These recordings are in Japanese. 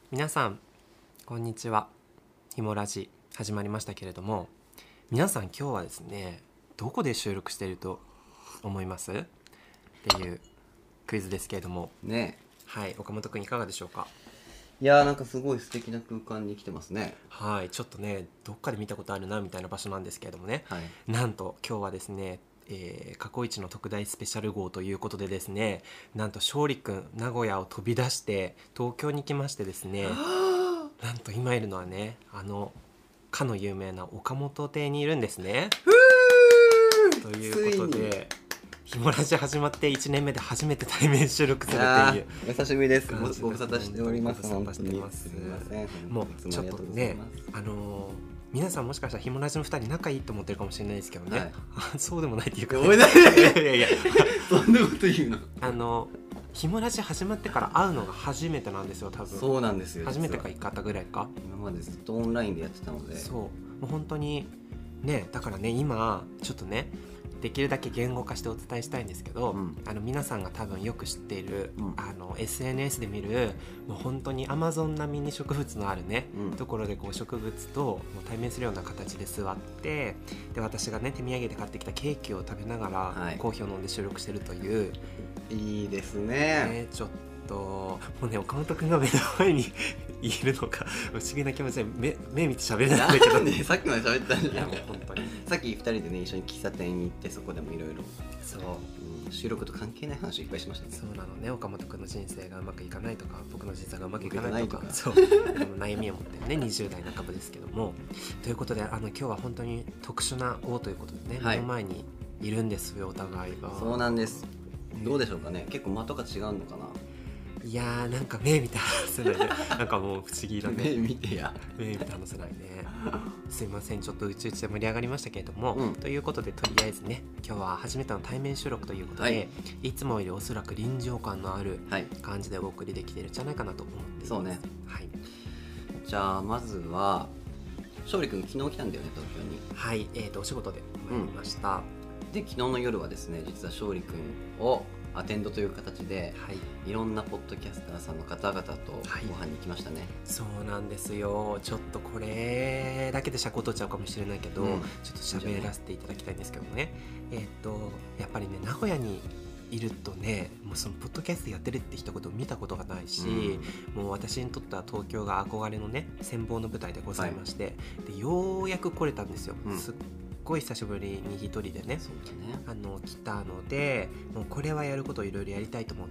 皆さんこんにちは。ひもラジ始まりましたけれども、皆さん今日はですね、どこで収録していると思いますっていうクイズですけれどもね。 はい、岡本くんいかがでしょうか？ いやー、なんかすごい素敵な空間に来てますね。 はい、ちょっとねどっかで見たことあるなみたいな場所なんですけれどもね、 はい。 なんと今日はですね、過去一の特大スペシャル号ということでですね、なんと勝利くん名古屋を飛び出して東京に来ましてですね、なんと今いるのはね、かの有名な岡本邸にいるんですね。ということでひもラジ始まって1年目で初めて対面収録するっていうお久しぶりです。 感じでご無沙汰しております。 ご無沙汰してます。 すみません。 もうちょっとね、 あ皆さんもしかしたらひもラジの2人仲いいと思ってるかもしれないですけどね、 はいそうでもないっていうか、 ごめんなさい。 いやいやそんなこと言うの。 ひもラジ始まってから会うのが初めてなんですよ多分。 そうなんですよ。 初めてか1回ぐらいか。 今までずっとオンラインでやってたので。 そうもう本当にね、だからね今ちょっとねできるだけ言語化してお伝えしたいんですけど、皆さんが多分よく知っている、SNS で見るもう本当に Amazon 並みに植物のあるね、ところでこう植物ともう対面するような形で座って、で私がね手土産で買ってきたケーキを食べながら、コーヒーを飲んで収録してるという。 いいですね。 ちょっともうね岡本くんが目の前にいるのか不思議な気持ちで目見て喋れないんだけどね、さっきまで喋ったんじゃん。 いやもう本当にさっき2人でね一緒に喫茶店に行って、そこでもいろいろ収録と関係ない話をいっぱいしましたね。 そうなのね、岡本くんの人生がうまくいかないとか僕の人生がうまくいかないとかそう悩みを持ってるね20代半ばですけども、ということで今日は本当に特殊な号ということでね、目の前にいるんですよお互いが。 そうなんです。どうでしょうかね。結構間とか違うのかな。 いやーなんか目見て話せないねなんかもう不思議だね目見てや目見て話せないねすいません、ちょっとうちうちで盛り上がりましたけれども、ということでとりあえずね今日は初めての対面収録ということで、いつもよりおそらく臨場感のある感じでお送りできてるんじゃないかなと思っています。 そうね、 はい、 じゃあまずは勝利君昨日来たんだよね東京に。 はい、お仕事で参りました、 で昨日の夜はですね、実は勝利君をアテンドという形で、いろんなポッドキャスターさんの方々とご飯に行きましたね。 そうなんですよ。ちょっとこれだけで尺を取っちゃうかもしれないけど、ちょっと喋らせていただきたいんですけどね、やっぱりね名古屋にいるとね、もうそのポッドキャストやってるって一言を見たことがないし、もう私にとっては東京が憧れのね羨望の舞台でございまして、でようやく来れたんですよ、すっごい久しぶりに一人でね来たので、もうこれはやることをいろいろやりたいと思って、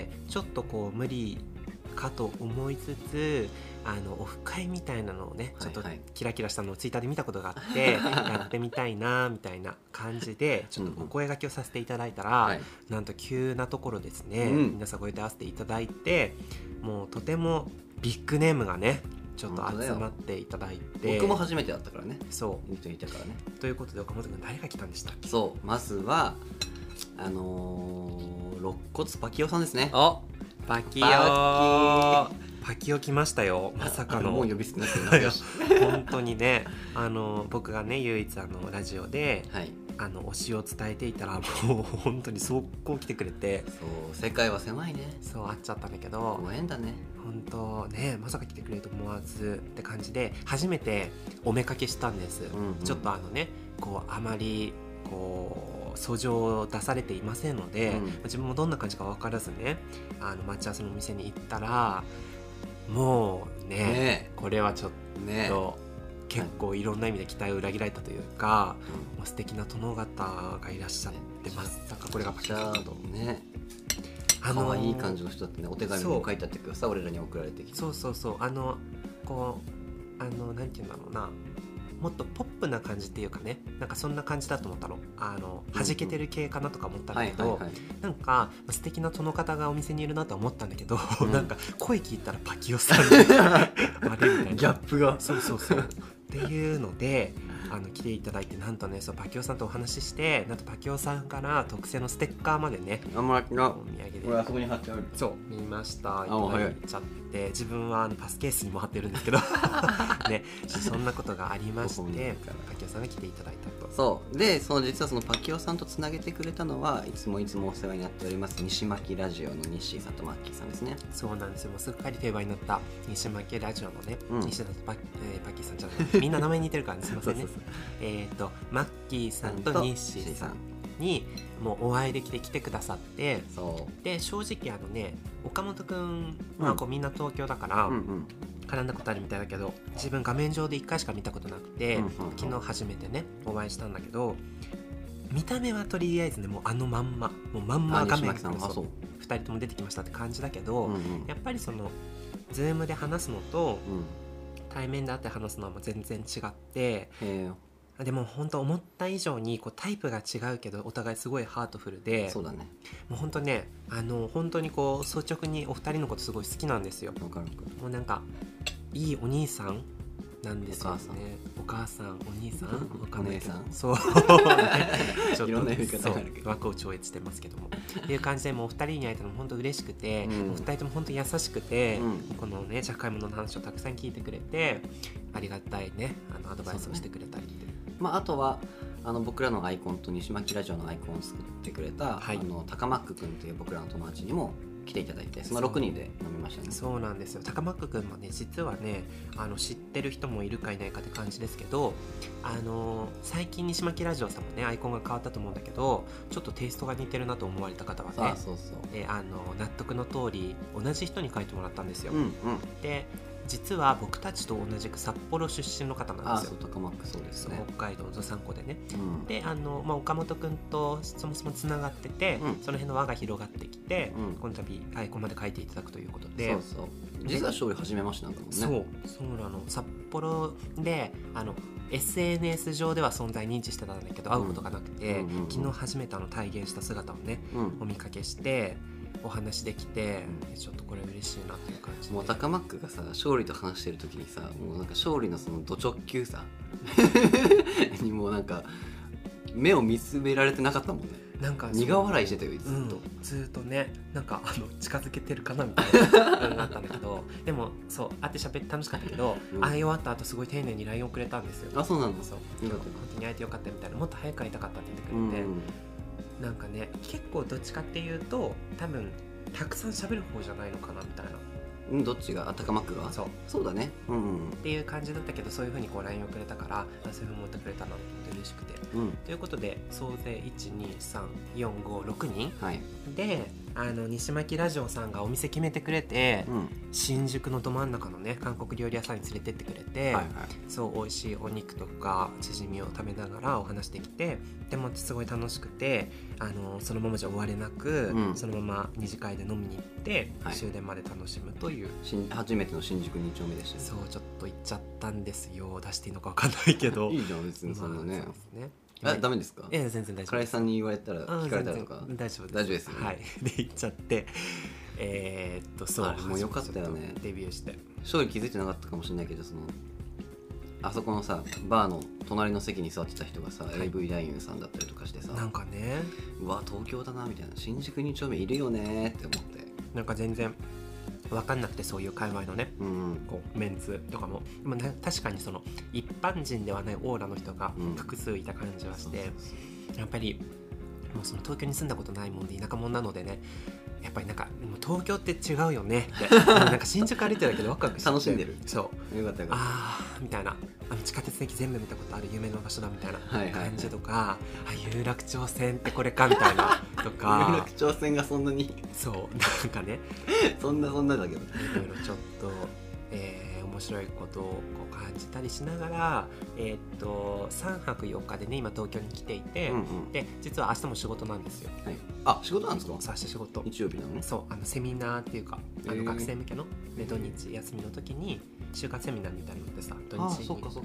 ちょっとこう無理かと思いつつオフ会みたいなのをねちょっとキラキラしたのをツイッターで見たことがあってやってみたいなみたいな感じでちょっとお声掛けをさせていただいたら、なんと急なところですね、皆さんご予定合わせていただいて、もうとてもビッグネームがねちょっと集まっていただいて、 僕も初めてだったからね。 そういい人いたからね。 ということで岡本君誰が来たんでしたっけ？ そうまずは肋骨パキオさんですね。 パキオ来ましたよ。まさかのもう呼び捨てになってる本当にね、僕がね唯一ラジオで、推しを伝えていたらもう本当に速攻来てくれて、 そう世界は狭いね。 そう会っちゃったんだけど、 ご縁だね。 本当ね、まさか来てくれると思わずって感じで初めてお目かけしたんです、ちょっとこうあまりこう訴状を出されていませんので、自分もどんな感じか分からずね待ち合わせのお店に行ったら、もうねこれはちょっと、結構いろんな意味で期待を裏切られたというか、もう素敵な殿方がいらっしゃってます。なんかこれがパキッとね、 可愛い感じの人だってね。お手紙も書いてあってください、俺らに送られてきて。 そうこうなんていうんだろうな、もっとポップな感じっていうかね、なんかそんな感じだと思ったの。弾けてる系かなとか思ったんだけど、なんか素敵な殿方がお店にいるなと思ったんだけど、なんか声聞いたらパキオさんであれみたいなギャップがそうっていうので、 来ていただいて、なんとねそうパキオさんとお話しして、なんとパキオさんから特製のステッカーまでね、 あんまりなお土産で、 これあそこに貼ってある。 そう見ました、いあただいちゃって、自分はパスケースにも貼ってるんですけどね、そんなことがありましてパキオさんが来ていただいたと。 そうで、実はそのパキオさんとつなげてくれたのはいつもお世話になっております西巻ラジオの西さんとマッキーさんですね。 そうなんですよ、もうすっかり定番になった西巻ラジオのね、西田とパッキーさんじゃないみんな名前似てるからね、すいませんね。マッキーさんと西さんにもうお会いできて来てくださって、 そうで正直岡本くんはこうみんな東京だから、絡んだことあるみたいだけど、自分画面上で1回しか見たことなくて、昨日初めてねお会いしたんだけど、見た目はとりあえずねもうまんま画面2人とも出てきましたって感じだけど、やっぱりそのズームで話すのと、対面で会って話すのはもう全然違って、でも本当思った以上にこうタイプが違うけどお互いすごいハートフルで、 そうだね、 もう本当ね本当にこう率直にお二人のことすごい好きなんですよ。もうなんかいいお兄さんなんですよね。お母さん、お兄さん、わかんないけど、そうちょっといろんな呼び方があるけど枠を超越してますけどもっていう感じで、もうお二人に会えたのも本当嬉しくて、お二人とも本当優しくて、このねじゃがいもの話をたくさん聞いてくれて、ありがたいねアドバイスをしてくれたりって、 あとは僕らのアイコンと西巻ラジオのアイコンを作ってくれた、高マック君という僕らの友達にも来ていただいて、その6人で飲みましたね。 そうなんですよ。高マック君もね実はね知ってる人もいるかいないかって感じですけど、最近西巻ラジオさんもねアイコンが変わったと思うんだけど、ちょっとテイストが似てるなと思われた方はね、納得の通り同じ人に書いてもらったんですよ。で実は僕たちと同じく札幌出身の方なんですよ。 高マック、そうですね、 北海道どさんこでね、で岡本君とそもそもつながってて、その辺の輪が広がってきて、この度アイコンまで書いていただくということで、 実は勝利始めましたもんね。そうなの。札幌でSNS 上では存在認知してたんだけど会うことがなくて、昨日初めて体現した姿をね、お見かけしてお話できて、ちょっとこれ嬉しいなという感じで、 もう高マックがさ勝利と話してる時にさ、もうなんか勝利のそのド直球さにもうなんか目を見つめられてなかったもんね。なんか苦笑いしてたよずっとね、なんか近づけてるかなみたいななったんだけどでもそう会って喋って楽しかったけど、会い終わった後すごい丁寧に LINE をくれたんですよ。 そうなんだ。 本当に会えてよかったみたいな、もっと早く会いたかったって言ってくれて、なんかね結構どっちかっていうと多分たくさん喋る方じゃないのかなみたいな。 どっちが高マックが？そうだね、 っていう感じだったけど、そういう風にこう LINE をくれたから、そういう風に思ってくれたので嬉しくて、ということで総勢 1,2,3,4,5,6 人、で西巻ラジオさんがお店決めてくれて、新宿のど真ん中のね韓国料理屋さんに連れてってくれて、そう美味しいお肉とかチヂミを食べながらお話できて、でもすごい楽しくて、そのままじゃ終われなく、そのまま二次会で飲みに行って、終電まで楽しむという初めての新宿2丁目でしたね。 そうちょっと行っちゃったんですよ。出していいのか分かんないけどいいじゃん別にそんなね。ダメですか？ 全然大丈夫。 倉井さんに言われたら聞かれたらとか大丈夫ですね。 で行っちゃってもうよかったよね。 デビューして勝利気づいてなかったかもしれないけど、あそこのさバーの隣の席に座ってた人がさ、AV 男優さんだったりとかしてさ、 なんかね、 うわ東京だなみたいな、新宿2丁目いるよねって思って、 なんか全然分かんなくて、そういう界隈のね、こうメンツとかも、確かにその一般人ではないオーラの人が複数いた感じはして、やっぱりもうその東京に住んだことないもんで田舎者なのでね、やっぱりなんか東京って違うよねってなんか新宿歩いてるだけでワクワクして楽しんでる。 そうよかったよかった。 みたいな、地下鉄駅全部見たことある有名な場所だみたいな感じとか、有楽町線ってこれかみたいなとか有楽町線がそんなにそうなんかねそんなだけど、 いろいろちょっと、面白いことをこう感じたりしながら、3泊4日でね今東京に来ていて、で実は明日も仕事なんですよ。 仕事なんですか？ 明日仕事、 日曜日なのね。 そうセミナーっていうか学生向けの、土日休みの時に就活セミナーみたいなのでさ、土日にするから、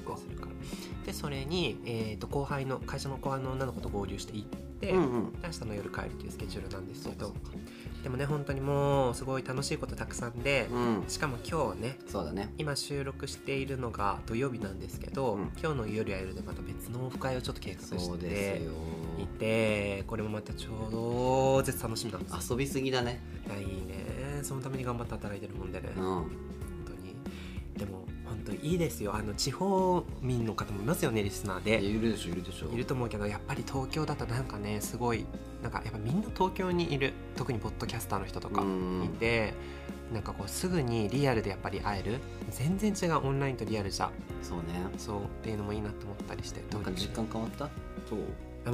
でそれに、会社の後輩の女の子と合流して行って、明日の夜帰るっていうスケジュールなんですけど、 でもね本当にもうすごい楽しいことたくさんで、しかも今日ね、 そうだね、 今収録しているのが土曜日なんですけど、今日の夜や夜でまた別のオフ会をちょっと計画していて、これもまた超絶楽しみなんです。 遊びすぎだね。 いいね、そのために頑張って働いてるもんでね、本当に。でも本当にいいですよ。地方民の方もいますよね、リスナーで。 いるでしょいるでしょ。 いると思うけど、やっぱり東京だとなんかねすごいなんかやっぱみんな東京にいる、特にポッドキャスターの人とかいて、なんかこうすぐにリアルでやっぱり会える、全然違うオンラインとリアルじゃ。 そうね、 そうっていうのもいいなと思ったりして。 なんか実感変わった？そう、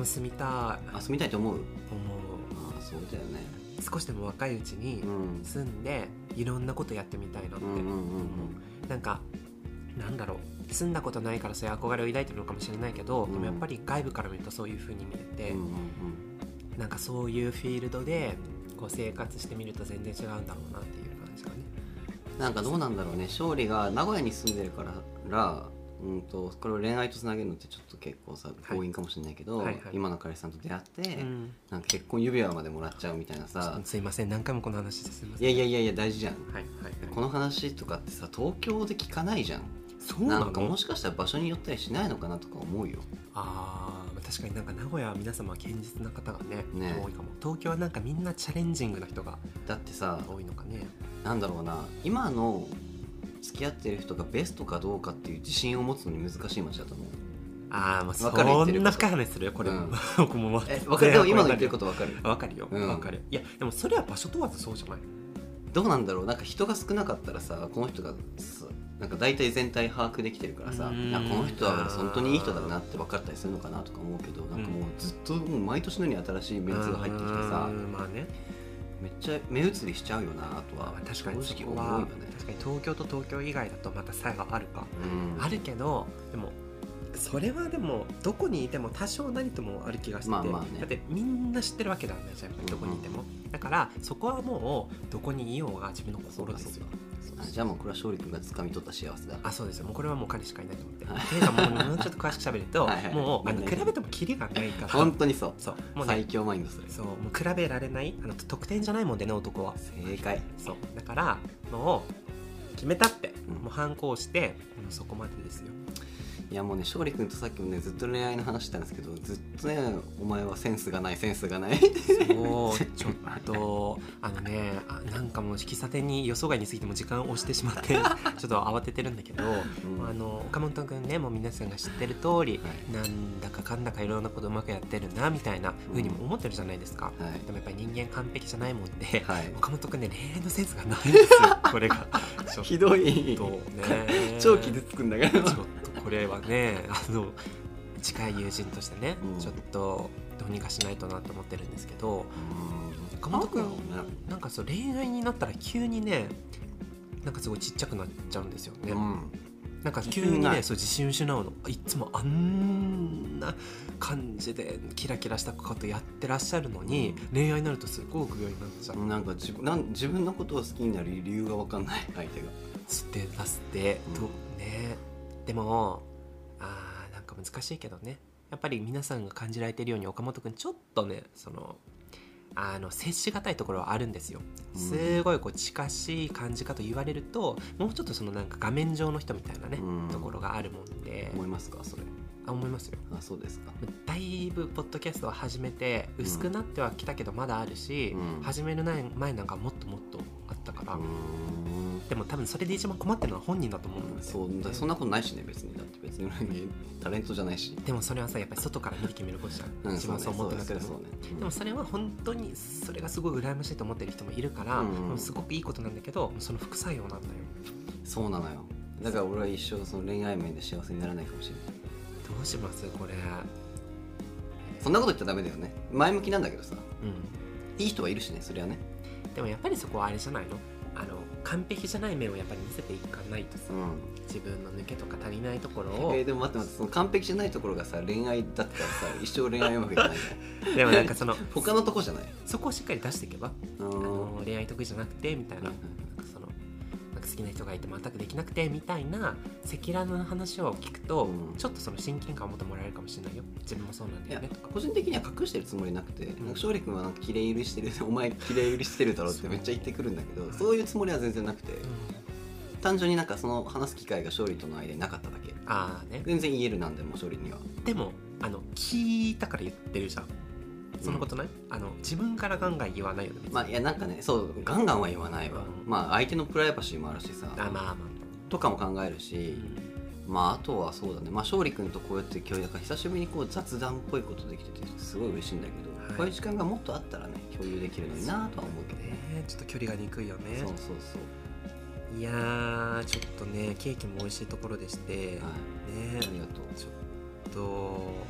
住みたい。 住みたいと思う？ あ、 そうだよね。 少しでも若いうちに住んでいろんなことやってみたいなって、なんかなんだろう、住んだことないからそういう憧れを抱いてるのかもしれないけど、でもやっぱり外部から見るとそういう風に見えて、なんかそういうフィールドでこう生活してみると全然違うんだろうなっていう感じがね。 なんかどうなんだろうね、勝利が名古屋に住んでるからこれを恋愛とつなげるのってちょっと結構さ強引かもしれないけど、今の彼氏さんと出会って、なんか結婚指輪までもらっちゃうみたいなさ。 すいません、何回もこの話ですいません。 いや大事じゃん、この話とかってさ東京で聞かないじゃん。そうなの？なんかもしかしたら場所によったりしないのかなとか思うよ。 確かになんか名古屋は皆様堅実な方がね多いかも。東京はなんかみんなチャレンジングな人がだってさ多いのかね。 なんだろうな、今の付き合ってる人がベストかどうかっていう自信を持つのに難しい街だと思う。 もうそんな深い話するこれも。僕も分かる。でも今の言ってること分かる。 分かるよ、分かる。いやでもそれは場所問わずそうじゃない？ どうなんだろう、なんか人が少なかったらさ、この人がなんか大体全体把握できてるからさ、この人は本当にいい人だなって分かったりするのかなとか思うけど、なんかもうずっともう毎年のように新しいメンツが入ってきてさ、めっちゃ目移りしちゃうよなとは確かに正直思うよね。 確かに東京と東京以外だとまた差があるか、あるけど、でもそれはでもどこにいても多少何ともある気がしてて、だってみんな知ってるわけなんだよ、やっぱりどこにいても。だからそこはもうどこにいようが自分の心ですよ。 じゃあもうこれは勝利君が掴み取った幸せだ。 そうですよ。もうこれはもう彼しかいないと思って。っていうかもうちょっと詳しく喋るともう比べてもキリがないから。 本当にそう。 もう最強マインドする。 そう、もう比べられない得点じゃないもんでね、男は。 正解。 そうだからもう決めたって、もう反抗してそこまでですよ。 いやもうね、勝利君とさっきもねずっと恋愛の話したんですけど、ずっとねお前はセンスがないそうちょっとなんかもう喫茶店に予想外に過ぎても時間を押してしまってちょっと慌ててるんだけど、岡本君ね、もう皆さんが知ってる通り、なんだかかんだかいろんなことうまくやってるなみたいな風にも思ってるじゃないですか。でもやっぱり人間完璧じゃないもんで、岡本君ね恋愛のセンスがないんですよ。これがひどい超傷つくんだから。 ちょっとこれはね近い友人としてね、ちょっとどうにかしないとなと思ってるんですけど、岡本君なんか恋愛になったら急にねなんかすごいちっちゃくなっちゃうんですよね。なんか急にね自信失うの。いつもあんな感じでキラキラしたことやってらっしゃるのに、恋愛になるとすごく不良になっちゃう。 なんか自分のことを好きになる理由が分かんない、相手がステータスで、ね。でもなんか難しいけどね、やっぱり皆さんが感じられているように岡本君ちょっとね接しがたいところはあるんですよ。すごい近しい感じかと言われると、もうちょっとなんか画面上の人みたいなね、ところがあるもんで。 思いますかそれ？ 思いますよ。 そうですか。 だいぶポッドキャストを始めて薄くなってはきたけどまだあるし、始める前なんかもっともっとあったから。でも多分それで一番困ってるのは本人だと思うんで。 そんなことないしね、別に。だって別にタレントじゃないし。 でもそれはさ、やっぱり外から見て決めることじゃん。自分はそう思ってなくても。でもそれは本当にそれがすごい羨ましいと思ってる人もいるから、すごくいいことなんだけど、その副作用なんだよ。 そうなのよ。だから俺は一生恋愛面で幸せにならないかもしれない。 どうしますこれ？ そんなこと言っちゃダメだよね。前向きなんだけどさ、いい人はいるしね、それはね。 でもやっぱりそこはあれじゃないの、完璧じゃない面をやっぱり見せていかないとさ、自分の抜けとか足りないところを。 でも待って、その完璧じゃないところがさ恋愛だったらさ一生恋愛うまくいかないじゃん。 でもなんか他のとこじゃない、 そこをしっかり出していけば、恋愛得意じゃなくてみたいな、 好きな人がいて全くできなくてみたいな赤裸々な話を聞くと、 うんちょっとその親近感を持ってもらえるかもしれないよ。自分もそうなんだよねとか。 個人的には隠してるつもりなくて、なんか勝利君はなんか綺麗売りしてるお前綺麗売りしてるだろってめっちゃ言ってくるんだけど、そういうつもりは全然なくて、単純になんかその話す機会が勝利との間になかっただけ。 ああね。 全然言えるなんでも勝利には。 でも聞いたから言ってるじゃん。そんなことない？自分からガンガン言わないよね。 まあいやなんかね、そうガンガンは言わないわ、まあ相手のプライバシーもあるしさ、 まあまあとかも考えるし、まああとはそうだね、まあ勝利君とこうやって共有だから久しぶりにこう雑談っぽいことできててすごい嬉しいんだけど、こういう時間がもっとあったらね共有できるのになとは思うけどね。 ちょっと距離が憎いよね。 そうそうそう。 いやーちょっとねケーキも美味しいところでして、 はい、 ねありがとう。 ちょっと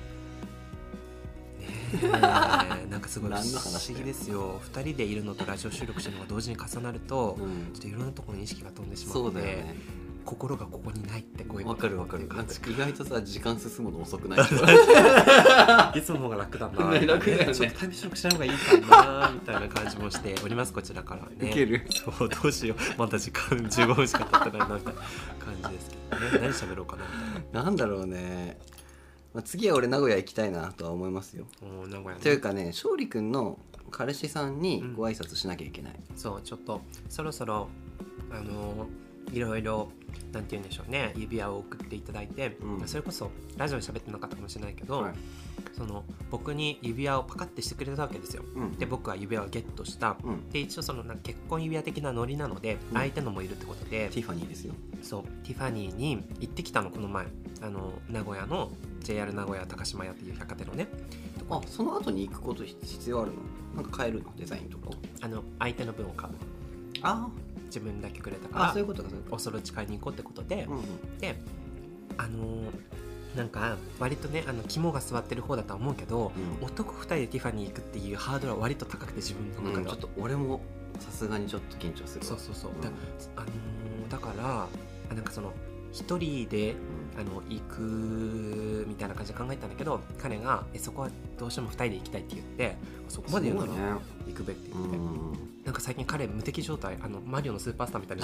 なんかすごい不思議ですよ。2人でいるのとラジオ収録してるのが同時に重なると、ちょっといろんなところに意識が飛んでしまって、 そうだよね、 心がここにないってこういうわかるわかる。なんか意外とさ時間進むの遅くないいつもの方が楽だな楽だよね。 ちょっとタイム収録しない方がいいかなみたいな感じもしております。こちらからね。 いける。 そうどうしよう、まだ時間15分しか経ってないなみたいな感じですけどね。何喋ろうかなみたいな。 なんだろうね、まあ、次は俺名古屋行きたいなとは思いますよ。 名古屋ね。 というかね、勝利君の彼氏さんにご挨拶しなきゃいけない、 そうちょっとそろそろいろいろなんて言うんでしょうね、指輪を送っていただいて、それこそラジオで喋ってなかったかもしれないけど、その僕に指輪をパカッてしてくれたわけですよ、で僕は指輪をゲットした、で一応そのなんか結婚指輪的なノリなので、相手のもいるってことでティファニーですよ。 そうティファニーに行ってきたのこの前、名古屋の JR 名古屋高島屋っていう百貨店のね。 あ、その後に行くこと必要あるの？なんか変えるの？デザインとかを。 相手の分を買う。 あ、 自分だけくれたから、 そういうことか、そういうこと。 おそろち買いに行こうってことで、でなんか割とね肝が座ってる方だとは思うけど、男2人でティファニー行くっていうハードルは割と高くて、自分の中では、 ちょっと俺もさすがにちょっと緊張する。 そうだからなんかその一人で行くみたいな感じで考えたんだけど、彼がそこはどうしても2人で行きたいって言って、そこまで言うなら行くべって言って、なんか最近彼無敵状態、マリオのスーパースターみたい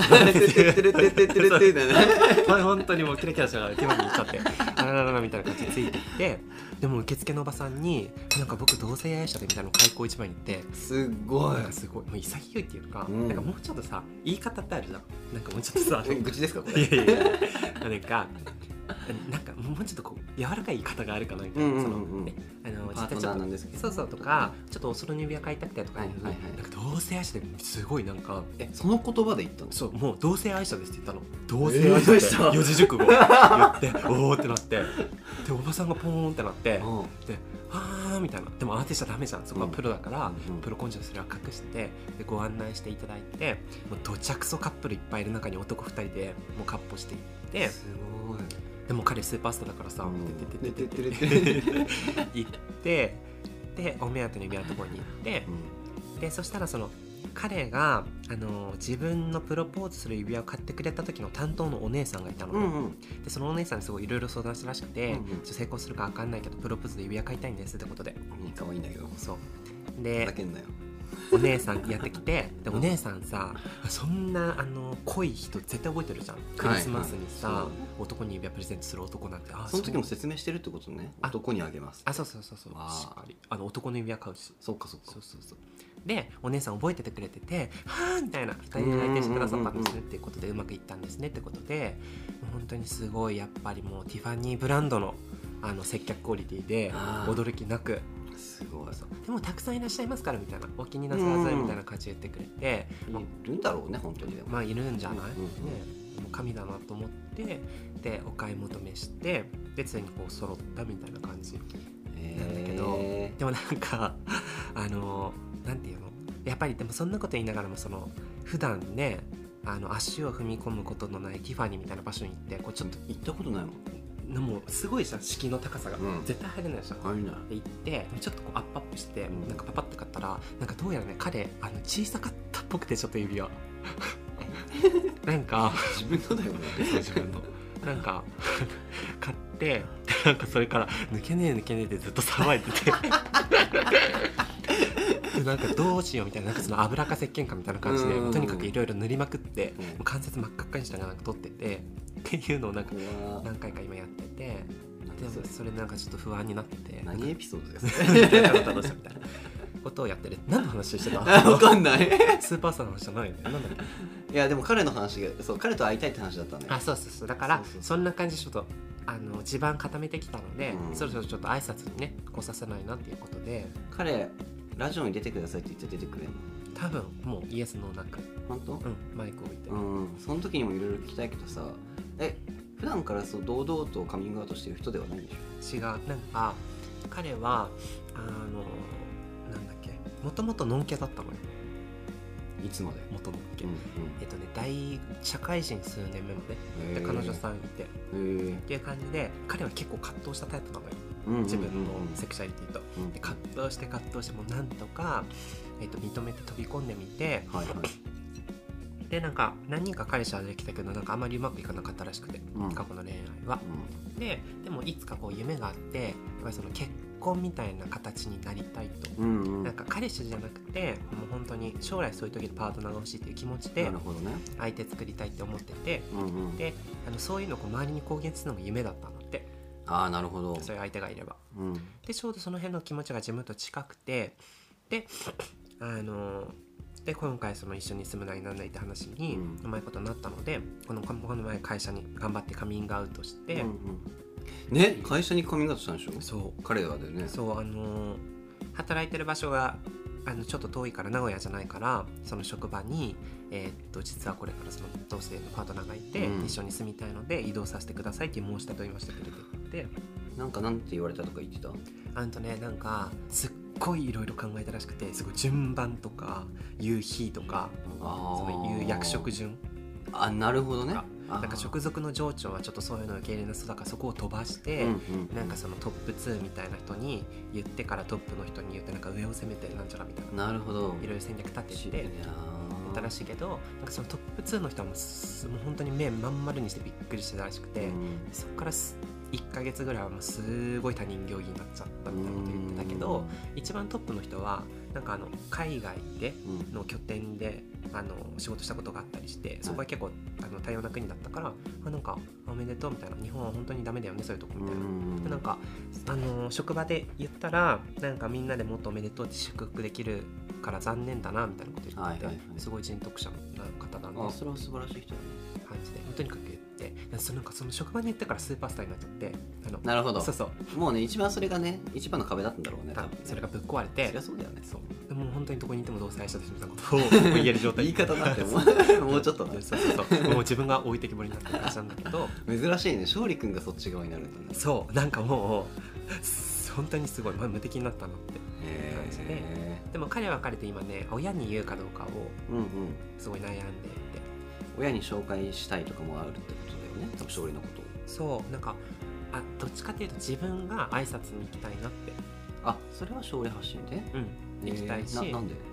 な本当にもうキラキラしながらティファニー行っちゃってあらららみたいな感じでついてきて、でも受付のおばさんになんか僕同性愛者でみたいなの開口一番に言って、 すごいなんかすごいもう潔いっていうか、なんかもうちょっとさ言い方ってあるじゃん、なんかもうちょっとさ愚痴ですかこれ。 いやいやなんかもうちょっとこう柔らかい言い方があるかなみたいな、そのねパートナーなんですけど、 そうそうとか、ちょっとおそろの指輪買いたくてとか、なんか同性愛者ですごいなんかその言葉で言ったの？ そう、もう同性愛者ですって言ったの。同性愛者って四字熟語言っておおってなって、でおばさんがポーンってなって、であーみたいな、でも慌てちゃダメじゃん、そこはプロだから、プロ根性それは隠してでご案内していただいて、もうどちゃくそカップルいっぱいいる中に男2人でもうカッポしていって、すごい。でも彼スーパースターだからさ、行ってでお目当ての指輪のところに行って、でそしたらその彼が自分のプロポーズする指輪を買ってくれた時の担当のお姉さんがいたの、でそのお姉さんにすごいいろいろ相談したらしくて、成功するか分かんないけどプロポーズで指輪買いたいんですってことで、 可愛いんだけど、 そうでふざけんなよ。 お姉さんやってきて、でお姉さんさ、そんな濃い人絶対覚えてるじゃん、クリスマスにさ、男に指輪プレゼントする男なんて、 その時も説明してるってことね。男にあげます。 そうしっかり男の指輪買うし、そうでお姉さん覚えててくれてて、はぁみたいな、2人で来店してくださったんですねっていうことで、うまくいったんですねってことで、本当にすごいやっぱりもうティファニーブランドの接客クオリティで驚きなく、 すごい。 でもたくさんいらっしゃいますからみたいな、お気になさらずみたいな感じで言ってくれて、 いるんだろうね本当に。 まあいるんじゃない、もう神だなと思って、でお買い求めして、でついにこう揃ったみたいな感じなんだけど、でもなんかなんていうの、やっぱりでもそんなこと言いながらも、その普段ね足を踏み込むことのないティファニーみたいな場所に行って、こうちょっと行ったことないもん。 もうすごいじゃん、敷居の高さが、絶対入れないじゃん。 入んない。 で行ってちょっとこうアップアップして、なんかパパって買ったら、なんかどうやらね彼小さかったっぽくて、ちょっと指輪なんか自分のだよね。 自分のなんか買って、なんかそれから抜けねえってずっと騒いでてでなんかどうしようみたいな、なんかその油か石鹸かみたいな感じで、とにかくいろいろ塗りまくって、もう関節真っ赤っかにしたらなんか取っててっていうのをなんか何回か今やってて、でもそれなんかちょっと不安になってて、 何エピソードですか楽しみたいなことをやってる。何の話してた？ 分かんないスーパースターの話じゃないよね。なんだっけ？ いやでも彼の話が、そう、彼と会いたいって話だったね。 あ、そうそうそう。だからそんな感じでちょっと地盤固めてきたので、そろそろちょっと挨拶にね来させないなっていうことで。 彼ラジオに出てくださいって言って出てくれるの？ 多分もうイエスノーなく。 本当？ マイク置いて。 その時にもいろいろ聞きたいけどさ、普段からそう堂々とカミングアウトしてる人ではないでしょ？ 違う。なんか彼はなんだっけ、もともとノンケだったのよ。 いつまで？ 元ノンケ。社会人数年目まで、で彼女さんいてっていう感じで、彼は結構葛藤したタイプなのよ、自分のセクシャリティと、で葛藤してもなんとか、認めて飛び込んでみて、でなんか何人か彼氏はできたけど、なんかあんまりうまくいかなかったらしくて、過去の恋愛は、でもいつかこう夢があって、やっぱりその結婚みたいな形になりたいと、なんか彼氏じゃなくてもう本当に将来そういう時のパートナーが欲しいという気持ちで相手作りたいって思ってて、でそういうのをこう周りに公言するのが夢だったんだって。 ああ、なるほど。 そういう相手がいれば、でちょうどその辺の気持ちが自分と近くて、で今回その一緒に住むなりなんないって話にうまいことになったので、この前会社に頑張ってカミングアウトして、 ね、会社にカミングアウトしたんでしょ？ そう、 彼がでね。 そう、働いてる場所がちょっと遠いから名古屋じゃないから、その職場に実はこれからその同性のパートナーがいて、一緒に住みたいので移動させてくださいっていう申し立てを今してくれていて、 なんて言われたとか言ってた？ なんかすっごいいろいろ考えたらしくて、すごい順番とか夕日とか、そういう役職順、 なるほどね。 なんか直属の上長はちょっとそういうのを受け入れなそうだから、そこを飛ばして、なんかそのトップ2みたいな人に言ってからトップの人に言って、なんか上を攻めてなんちゃらみたいな、 なるほど、 いろいろ戦略立ててたらしいけど、なんかそのトップ2の人はもう本当に目まん丸にしてびっくりしてたらしくて、そこから1ヶ月ぐらいはもうすごい他人行儀になっちゃったみたいなこと言ってたけど、一番トップの人はなんか海外での拠点で仕事したことがあったりして、そこは結構多様な国だったから、なんかおめでとうみたいな、日本は本当にダメだよねそういうとこみたいな、でなんか職場で言ったらなんかみんなでもっとおめでとうって祝福できるから残念だなみたいなこと言ってて、すごい人徳者な方だな。 それは素晴らしい人だね。 感じでとにかく言って、なんかその職場に言ってからスーパースターになっちゃって、 なるほど。 そうそうもうね、一番それがね、一番の壁だったんだろうね。多分それがぶっ壊れて、 そりゃそうだよね。 そうでも本当にどこにいても同性愛者としてみたいなことを言える状態。 言い方だってもうちょっとな。 そうもう自分が置いてきぼりになってる会社なんだけど珍しいね、勝利君がそっち側になるんだね。 そう、なんかもう本当にすごい、無敵になったなって感じで、でも彼は彼で今ね、親に言うかどうかをすごい悩んでいて、 親に紹介したいとかもあるってことだよね、多分勝利のことを。 そう、なんかどっちかっていうと自分が挨拶に行きたいなって。 それは勝利発信で行きたいし、 なんで？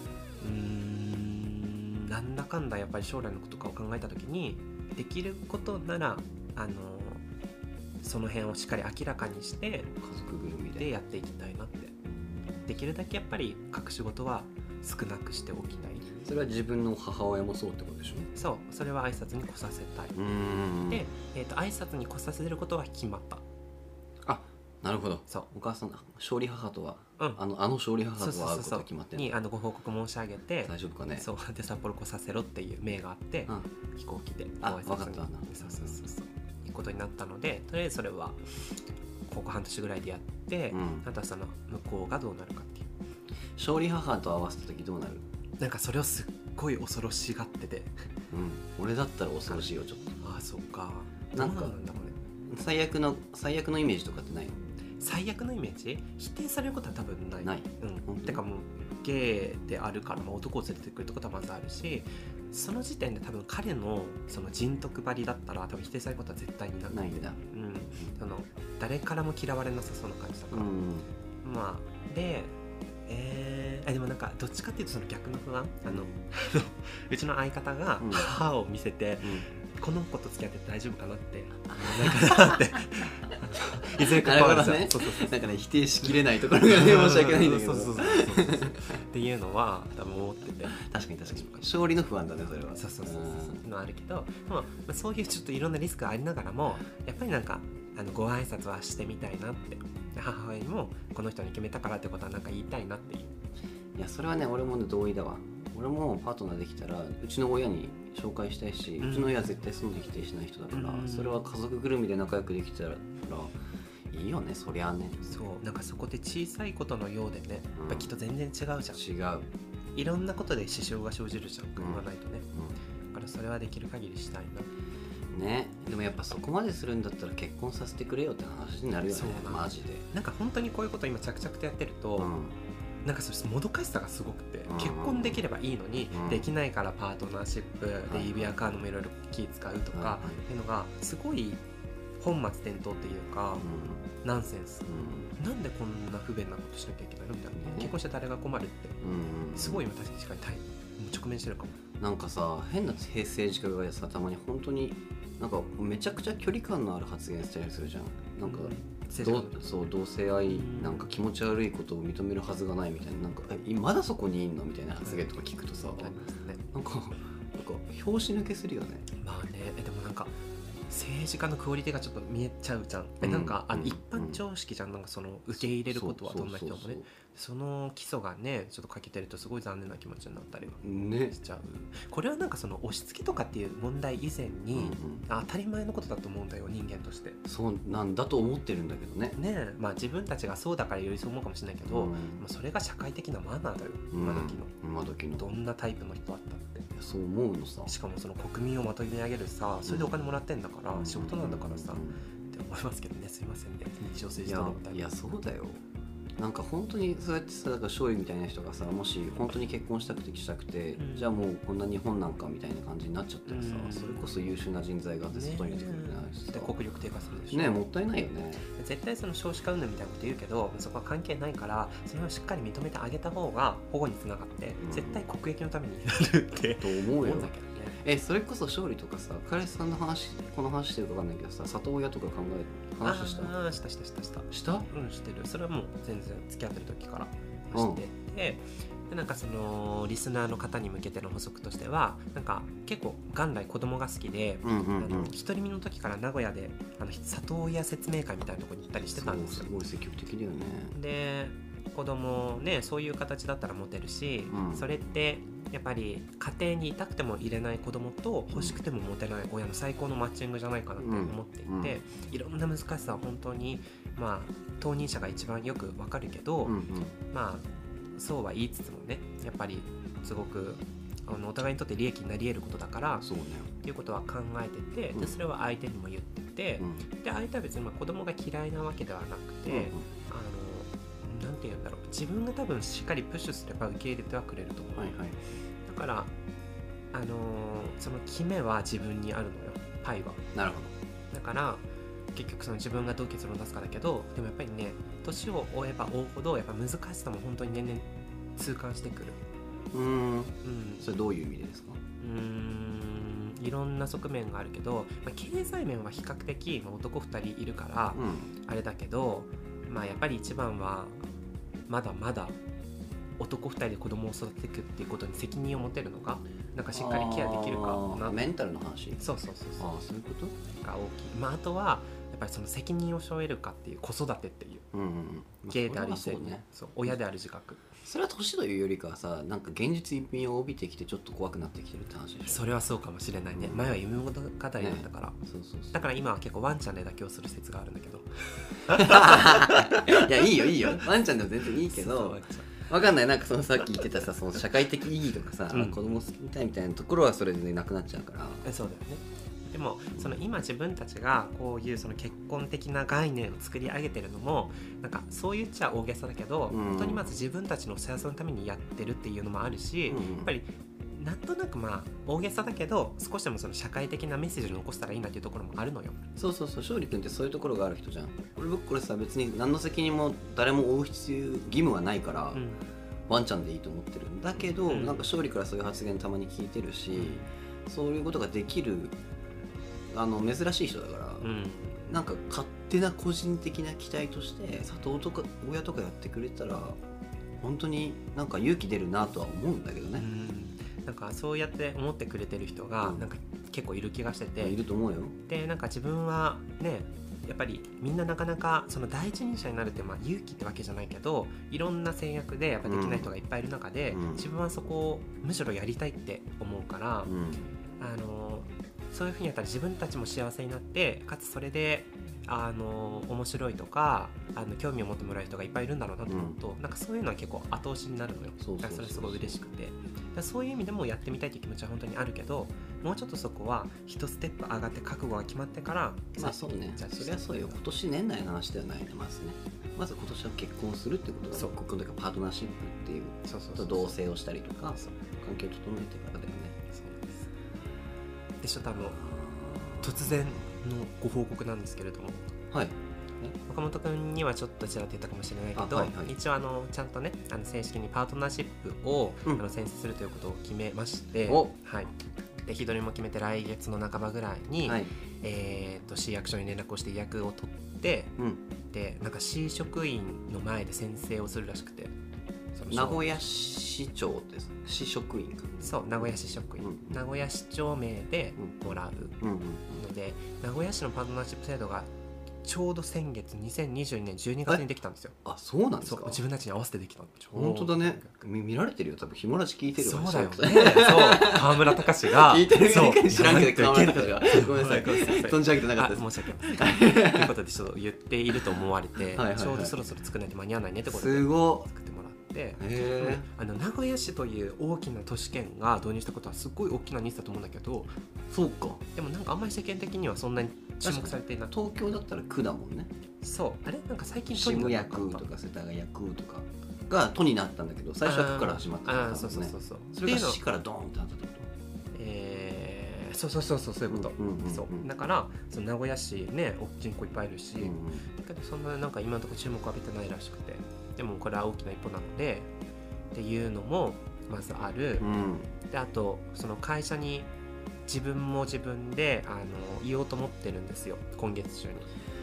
なんだかんだやっぱり将来のこととかを考えた時に、できることならその辺をしっかり明らかにして家族ぐるみでやっていきたいなって。できるだけやっぱり隠し事は少なくしておきたい。 それは自分の母親もそうってことでしょ？ そう、それは挨拶に来させたい。で、挨拶に来させることは決まった。 なるほど。 そう、 お母さん勝利母とは、勝利母とは会うことが決まってるにご報告申し上げて、 大丈夫かね。 そうで札幌来させろっていう命があって、飛行機で分かったな。そういうことになったので、とりあえずそれは高校半年ぐらいでやって、あとはその向こうがどうなるかっていう。 勝利母と合わせた時どうなる？ なんかそれをすっごい恐ろしがってて、 俺だったら恐ろしいよちょっと。 そっか。 なんか最悪のイメージとかってないの？ 最悪のイメージ？否定されることは多分ない。てかもうゲイであるから、男を連れてくるってことはまずあるし、その時点で多分彼のその人徳張りだったら多分否定されることは絶対にないんだ。誰からも嫌われなさそうな感じだから。でもなんかどっちかっていうとその逆の不安、うちの相方が歯を見せて、この子と付き合って大丈夫かなってなんかなっていずれ関わるじゃん、 ね、 そうそうそう、 なんかね否定しきれないところがね申し訳ないんだけど、 そうっていうのは多分思ってて、 確かに勝利の不安だねそれは。 そうのあるけど、でも、まあ、そういうちょっといろんなリスクがありながらもやっぱりなんかご挨拶はしてみたいなって、母親にもこの人に決めたからってことはなんか言いたいなっていう。 いやそれはね俺もね同意だわ。俺もパートナーできたらうちの親に紹介したいし、うちの親は絶対そんな否定しない人だから、それは家族ぐるみで仲良くできたらいいよね、そりゃね。 そうなんかそこで小さいことのようでね、やっぱきっと全然違うじゃん。 違う、 いろんなことで支障が生じるじゃん、言わないとね、だからそれはできる限りしたいなね。でもやっぱそこまでするんだったら結婚させてくれよって話になるよね、マジで。 なんか本当にこういうこと今着々とやってると、なんかそれもどかしさがすごくて、結婚できればいいのに、できないからパートナーシップで指輪買うのもいろいろ気使うとかっていうのがすごい本末転倒っていうか、ナンセンス、なんでこんな不便なことしなきゃいけないのみたいな、結婚して誰が困るって、すごい今確かに直面してるかも。なんかさ、変な政治家がさたまに本当になんかめちゃくちゃ距離感のある発言したりするじゃん。なんか同性愛なんか気持ち悪いことを認めるはずがないみたいな、なんかまだそこにいんのみたいな発言とか聞くとさ、なんか拍子抜けするよね。 まあね、でもなんか政治家のクオリティがちょっと見えちゃうじゃん。なんか一般常識じゃん、なんかその受け入れることはどんな人もね、その基礎がねちょっと欠けてるとすごい残念な気持ちになったりはしちゃう、これはなんかその押し付けとかっていう問題以前に、当たり前のことだと思うんだよ、人間として。 そうなんだと思ってるんだけどね。 まあ自分たちがそうだからよりそう思うかもしれないけど、それが社会的なマナーだよ、今時のどんなタイプの人だったって。 そう思うのさ。 しかもその国民をまとめ上げるさ、それでお金もらってんだから、仕事なんだからさ、って思いますけどね。すいませんね、日常政治とかみたいな。 いやそうだよ。なんか本当にそうやってさ、だから勝利みたいな人がさ、もし本当に結婚したくてしたくて、じゃあもうこんな日本なんかみたいな感じになっちゃったらさ、それこそ優秀な人材が外に出てくるんじゃないですか。 で国力低下するでしょ。 ね、もったいないよね。 絶対その少子化云々みたいなこと言うけど、そこは関係ないから、それをしっかり認めてあげた方が保護につながって、絶対国益のためになるってと思うよ。 だけどね。 それこそ勝利とかさ、彼氏さんの話、この話してるか分かんないけどさ、里親とか話した？ したしたしてる。それはもう全然付き合ってる時からしてて、でなんかそのリスナーの方に向けての補足としては、なんか結構元来子供が好きで、独り身の時から名古屋で里親説明会みたいなところに行ったりしてたんですよ。 すごい積極的だよね。 で子供ね、そういう形だったらモテるし、それってやっぱり家庭にいたくても入れない子供と欲しくてもモテない親の最高のマッチングじゃないかなって思っていて、いろんな難しさは本当にまあ当人者が一番よくわかるけど、まあそうは言いつつもね、やっぱりすごくお互いにとって利益になり得ることだから、っていうことは考えてて、でそれは相手にも言ってて、で相手は別に子供が嫌いなわけではなくて、なんて言うんだろう、自分が多分しっかりプッシュすれば受け入れてはくれると思う、だからその決めは自分にあるのよ、パイは。 なるほど。だから結局その自分がどう結論を出すかだけど、でもやっぱりね、年を追えば追うほどやっぱ難しさも本当に年々痛感してくる。 それどういう意味でですか？ いろんな側面があるけど、経済面は比較的、男2人いるから、あれだけど、やっぱり一番はまだまだ男2人で子供を育てていくっていうことに責任を持てるのがなんかしっかりケアできるかな。 メンタルの話。 そういうことが大きい。あとはやっぱりその責任を背負えるかっていう、子育てっていう、ゲイである以前に、親である自覚。 それは年というよりかはさ、なんか現実一品を帯びてきてちょっと怖くなってきてるって話でしょ。 それはそうかもしれないね。前は夢物語だったから、だから今は結構ワンちゃんで妥協する説があるんだけどいやいいよワンちゃんでも全然いいけど、わかんない。なんかそのさっき言ってたさ、その社会的意義とかさ、子供好きみたいみたいなところはそれでなくなっちゃうから。 そうだよね。でもその今自分たちがこういうその結婚的な概念を作り上げてるのも、なんかそう言っちゃ大げさだけど、本当にまず自分たちの幸せのためにやってるっていうのもあるし、やっぱりなんとなく大げさだけど少しでもその社会的なメッセージを残したらいいなっていうところもあるのよ。 そう勝利君ってそういうところがある人じゃん。僕これさ、別に何の責任も誰も負う義務はないから、ワンちゃんでいいと思ってるんだけど、なんか勝利からそういう発言たまに聞いてるし、そういうことができる珍しい人だから、 なんか勝手な個人的な期待として里親とかやってくれたら本当になんか勇気出るなとは思うんだけどね。 なんかそうやって思ってくれてる人がなんか結構いる気がしてて、 いると思うよ。 でなんか自分はねやっぱりみんななかなかその第一人者になるってまあ勇気ってわけじゃないけど、いろんな制約でやっぱできない人がいっぱいいる中で、自分はそこをむしろやりたいって思うから、そういうふうにやったら自分たちも幸せになって、かつそれで面白いとか興味を持ってもらえる人がいっぱいいるんだろうなと思うと、なんかそういうのは結構後押しになるのよ。だからそれすごい嬉しくて、そういう意味でもやってみたいという気持ちは本当にあるけど、もうちょっとそこは一ステップ上がって覚悟が決まってから。 まあそうね、そりゃそうよ。今年年内の話ではないね。まず今年は結婚するってことが、そうここでパートナーシップっていう、同棲をしたりとか関係を整えてからだよね。 そうですでしょ。突然のご報告なんですけれども、 はい、 岡本君にはちょっとちらっと言ったかもしれないけど、一応ちゃんとね正式にパートナーシップを、選出するということを決めまして、はい、で日取りも決めて来月の半ばぐらいに、市役所に連絡をして予約を取って、でなんか市職員の前で宣誓をするらしくて、 名古屋市長です市職員か。そう名古屋市職員、名古屋市長名でもらうので、名古屋市のパートナーシップ制度がちょうど先月2022年12月にできたんですよ。 あ、そうなんですか。 自分たちに合わせてできたの。 本当だね。見られてるよ。多分ひもらじ聞いてるよ。 そうだよね。そう河村隆が聞いてるか知らんけど、河村隆がごめんなさい存じ上げてなかったです。 申し訳ないということでちょっと言っていると思われて、ちょうどそろそろ作らないと間に合わないねってことで作ってもらって、名古屋市という大きな都市圏が導入したことはすごい大きなニュースだと思うんだけど、 そうか。 でもなんかあんまり世間的にはそんなに注目されていない。 東京だったら区だもんね。 そう、あれなんか最近渋谷区とか世田谷区とかが都になったんだけど、最初は区から始まったんだね。それが市からドーンってなったってこと。 そういうこと。そうだからその名古屋市ね人口いっぱいいるし、だけどそんななんか今のところ注目を浴びてないらしくて、でもこれは大きな一歩なのでっていうのもまずある。であとその会社に自分も自分で言おうと思ってるんですよ、今月中に。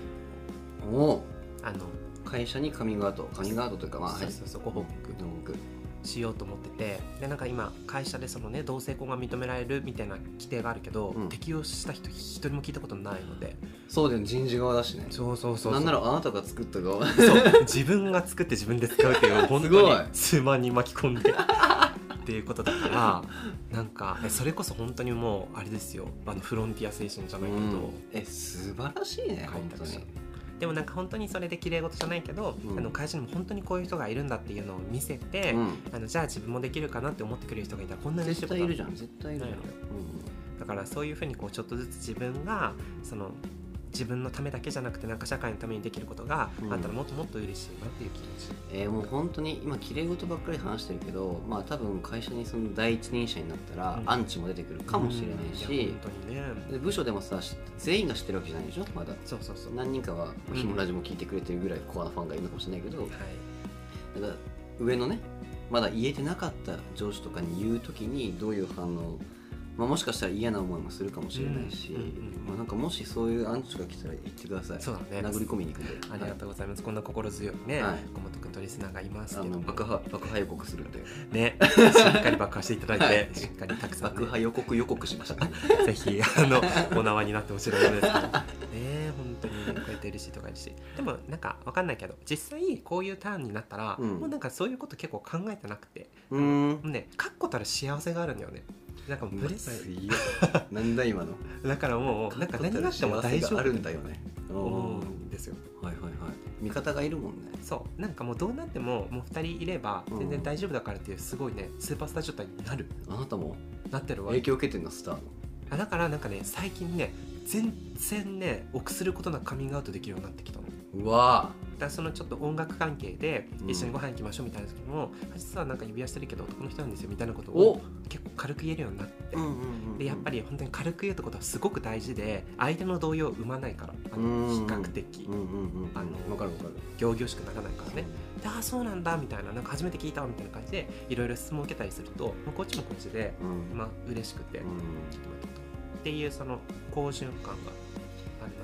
会社にカミングアウトというか、まあご報告しようと思ってて、でなんか今会社でそのね同性婚が認められるみたいな規定があるけど、適用した人一人も聞いたことないので。そうだよね、人事側だしね。 そうなんならあなたが作った側。 そう自分が作って自分で使うっていう本当に数万人巻き込んでっていうことだから、なんかそれこそ本当にもうあれですよ、フロンティア精神じゃないけど、 素晴らしいね本当に。 でもなんか本当にそれで綺麗事じゃないけど、会社にも本当にこういう人がいるんだっていうのを見せて、じゃあ自分もできるかなって思ってくれる人がいたらこんなに絶対いるじゃん。絶対いるじゃん。 だからそういうふうにこうちょっとずつ自分がその自分のためだけじゃなくてなんか社会のためにできることがあったらもっともっと嬉しいなっていう気持ち。 もう本当に今綺麗事ばっかり話してるけど、まあ多分会社にその第一人者になったらアンチも出てくるかもしれないし、 本当にね、 部署でもさ全員が知ってるわけじゃないでしょまだ。 そう何人かはひもラジも聞いてくれてるぐらいコアなファンがいるのかもしれないけど、だから上のねまだ言えてなかった上司とかに言うときにどういう反応、もしかしたら嫌な思いもするかもしれないし、なんかもしそういうアンチが来たら言ってください。 そうだね、 殴り込みに行くんで。 ありがとうございます。こんな心強いね、小本君とリスナーがいますけど、 爆破予告するんでね、しっかり爆破していただいて、しっかりたくさん、 爆破予告しましたぜひお縄になってほしいものですけどね、本当にこうやって嬉しいとかいるし、でもなんかわかんないけど実際こういうターンになったら、もうなんかそういうこと結構考えてなくて、ね、確固たる幸せがあるんだよね。なんかブレスなんだ今の。 だからもうなんか何があっても大丈夫あるんだよね。 思うんですよ。 味方がいるもんね。 そうなんかもうどうなってももう2人いれば全然大丈夫だからっていうすごいねスーパースター状態になる。 あなたもなってるわ。 影響を受けてるのスターの。 だからなんかね最近ね全然ね臆することなくカミングアウトできるようになってきたの。 うわだからそのちょっと音楽関係で一緒にご飯行きましょうみたいな時も、実はなんか指輪してるけど男の人なんですよみたいなことを結構軽く言えるようになって、でやっぱり本当に軽く言うってことはすごく大事で、相手の動揺を生まないから、比較的分かる仰々しくならないからね。でそうなんだみたいな、なんか初めて聞いたみたいな感じでいろいろ質問を受けたりすると、こっちもこっちで、嬉しくて聞いてもらったとっていうその好循環があるなっていう。 い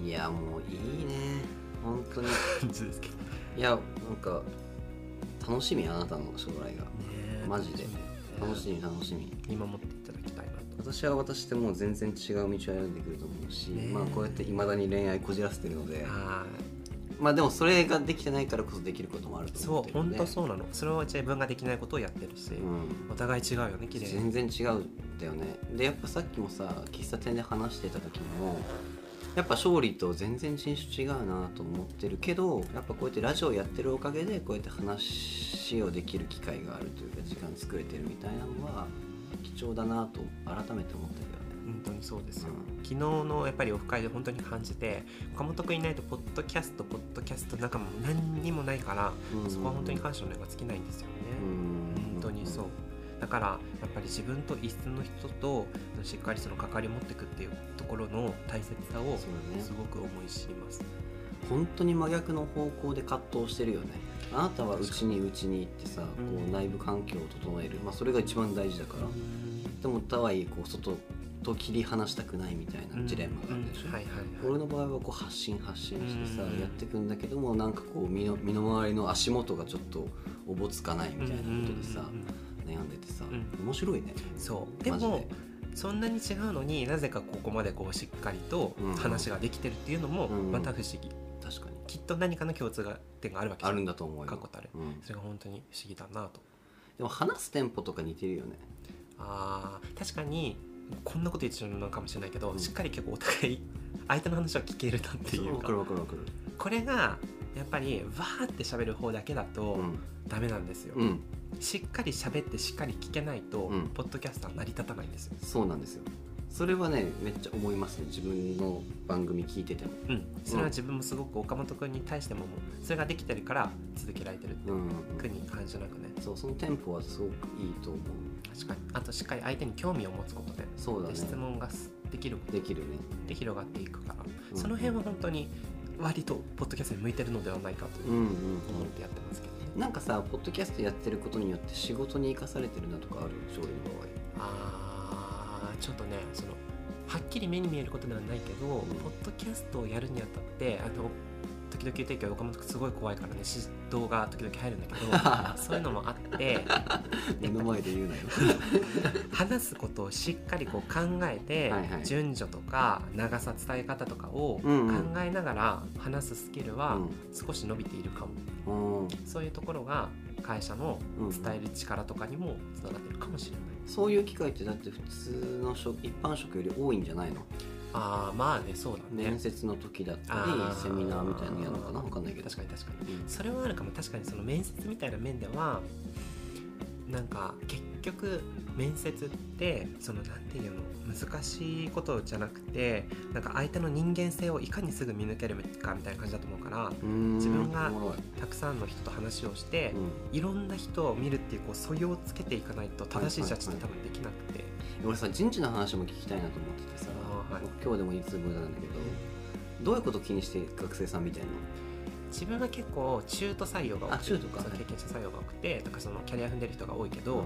いやもういいね本当に感じですけど、 いやなんか楽しみ、あなたの将来が、 ね、 マジで楽しみ楽しみ、 見守っていただきたいなと。 私は私でもう全然違う道を選んでくると思うし、まあこうやっていまだに恋愛こじらせてるので、まあでもそれができてないからこそできることもあると思ってるので、 そう本当そうなの。それは自分ができないことをやってるし、お互い違うよね、綺麗に。 全然違うんだよね。でやっぱさっきもさ喫茶店で話してた時もやっぱ勝利と全然人種違うなと思ってるけど、やっぱこうやってラジオやってるおかげでこうやって話をできる機会があるというか時間作れてるみたいなのは貴重だなと改めて思ってるよね。 本当にそうですよ、昨日のやっぱりオフ会で本当に感じて、岡本君いないとポッドキャスト仲間も何にもないから、そこは本当に感謝の念が尽きないんですよね。本当にそう。だからやっぱり自分と一緒の人としっかりその関わりを持っていくっていうところの大切さをすごく思い知ります。 本当に真逆の方向で葛藤してるよね。あなたはうちに行ってさ、こう内部環境を整える、まあ、それが一番大事だから、でもとはいえこう外と切り離したくないみたいなジレンマがあるでしょ。俺の場合はこう発信してさ、やっていくんだけども、なんかこう身の回りの足元がちょっとおぼつかないみたいなことでさ、悩んでてさ、面白いね。 そうでもそんなに違うのになぜかここまでこうしっかりと話ができてるっていうのもまた不思議。 確かにきっと何かの共通点があるわけじゃん。 あるんだと思うよ。 過去たる、それが本当に不思議だなと。 でも話すテンポとか似てるよね。 確かにこんなこと言ってしまうのかもしれないけど、しっかり結構お互い相手の話を聞けるなっていうか、これがやっぱりわーって喋る方だけだとダメなんですよ、しっかり喋ってしっかり聞けないと、ポッドキャストは成り立たないんですよ。 そうなんですよ。それはねめっちゃ思いますね、自分の番組聞いてても。 それは自分もすごく岡本君に対してもそれができてるから続けられてるってふうに感じなくね。 そうそのテンポはすごくいいと思う。 確かに。あとしっかり相手に興味を持つことで、 そうだね、 質問ができるできるね。 で広がっていくから、その辺は本当に割とポッドキャストに向いてるのではないかと思ってやってますけどね。 なんかさポッドキャストやってることによって仕事に生かされてるなとかある？勝利の場合。 ちょっとねそのはっきり目に見えることではないけど、ポッドキャストをやるにあたって時々言ってるけど岡本君すごい怖いからね、指導が時々入るんだけどそういうのもあって目の前で言うなよ話すことをしっかりこう考えて、順序とか長さ伝え方とかを考えながら話すスキルは少し伸びているかも、そういうところが会社の伝える力とかにもつながってるかもしれない。 そういう機会ってだって普通の一般職より多いんじゃないの？ まあね、そうだね。 面接の時だったりセミナーみたいなのやるのかな、分かんないけど。 確かに、それはあるかも。確かにその面接みたいな面ではなんか結局面接ってそのなんていうの難しいことじゃなくて、なんか相手の人間性をいかにすぐ見抜けるかみたいな感じだと思うから、自分がたくさんの人と話をして、いろんな人を見るっていう素養をつけていくないと正しいジャッジって多分できなくて、 俺さ人事の話も聞きたいなと思っててさ、今日でもいつもなんだけど、どういうことを気にして学生さんみたいなの？ 自分は結構中途採用が多くて、 中途か、 経験者採用が多くて、だからそのキャリア踏んでる人が多いけど、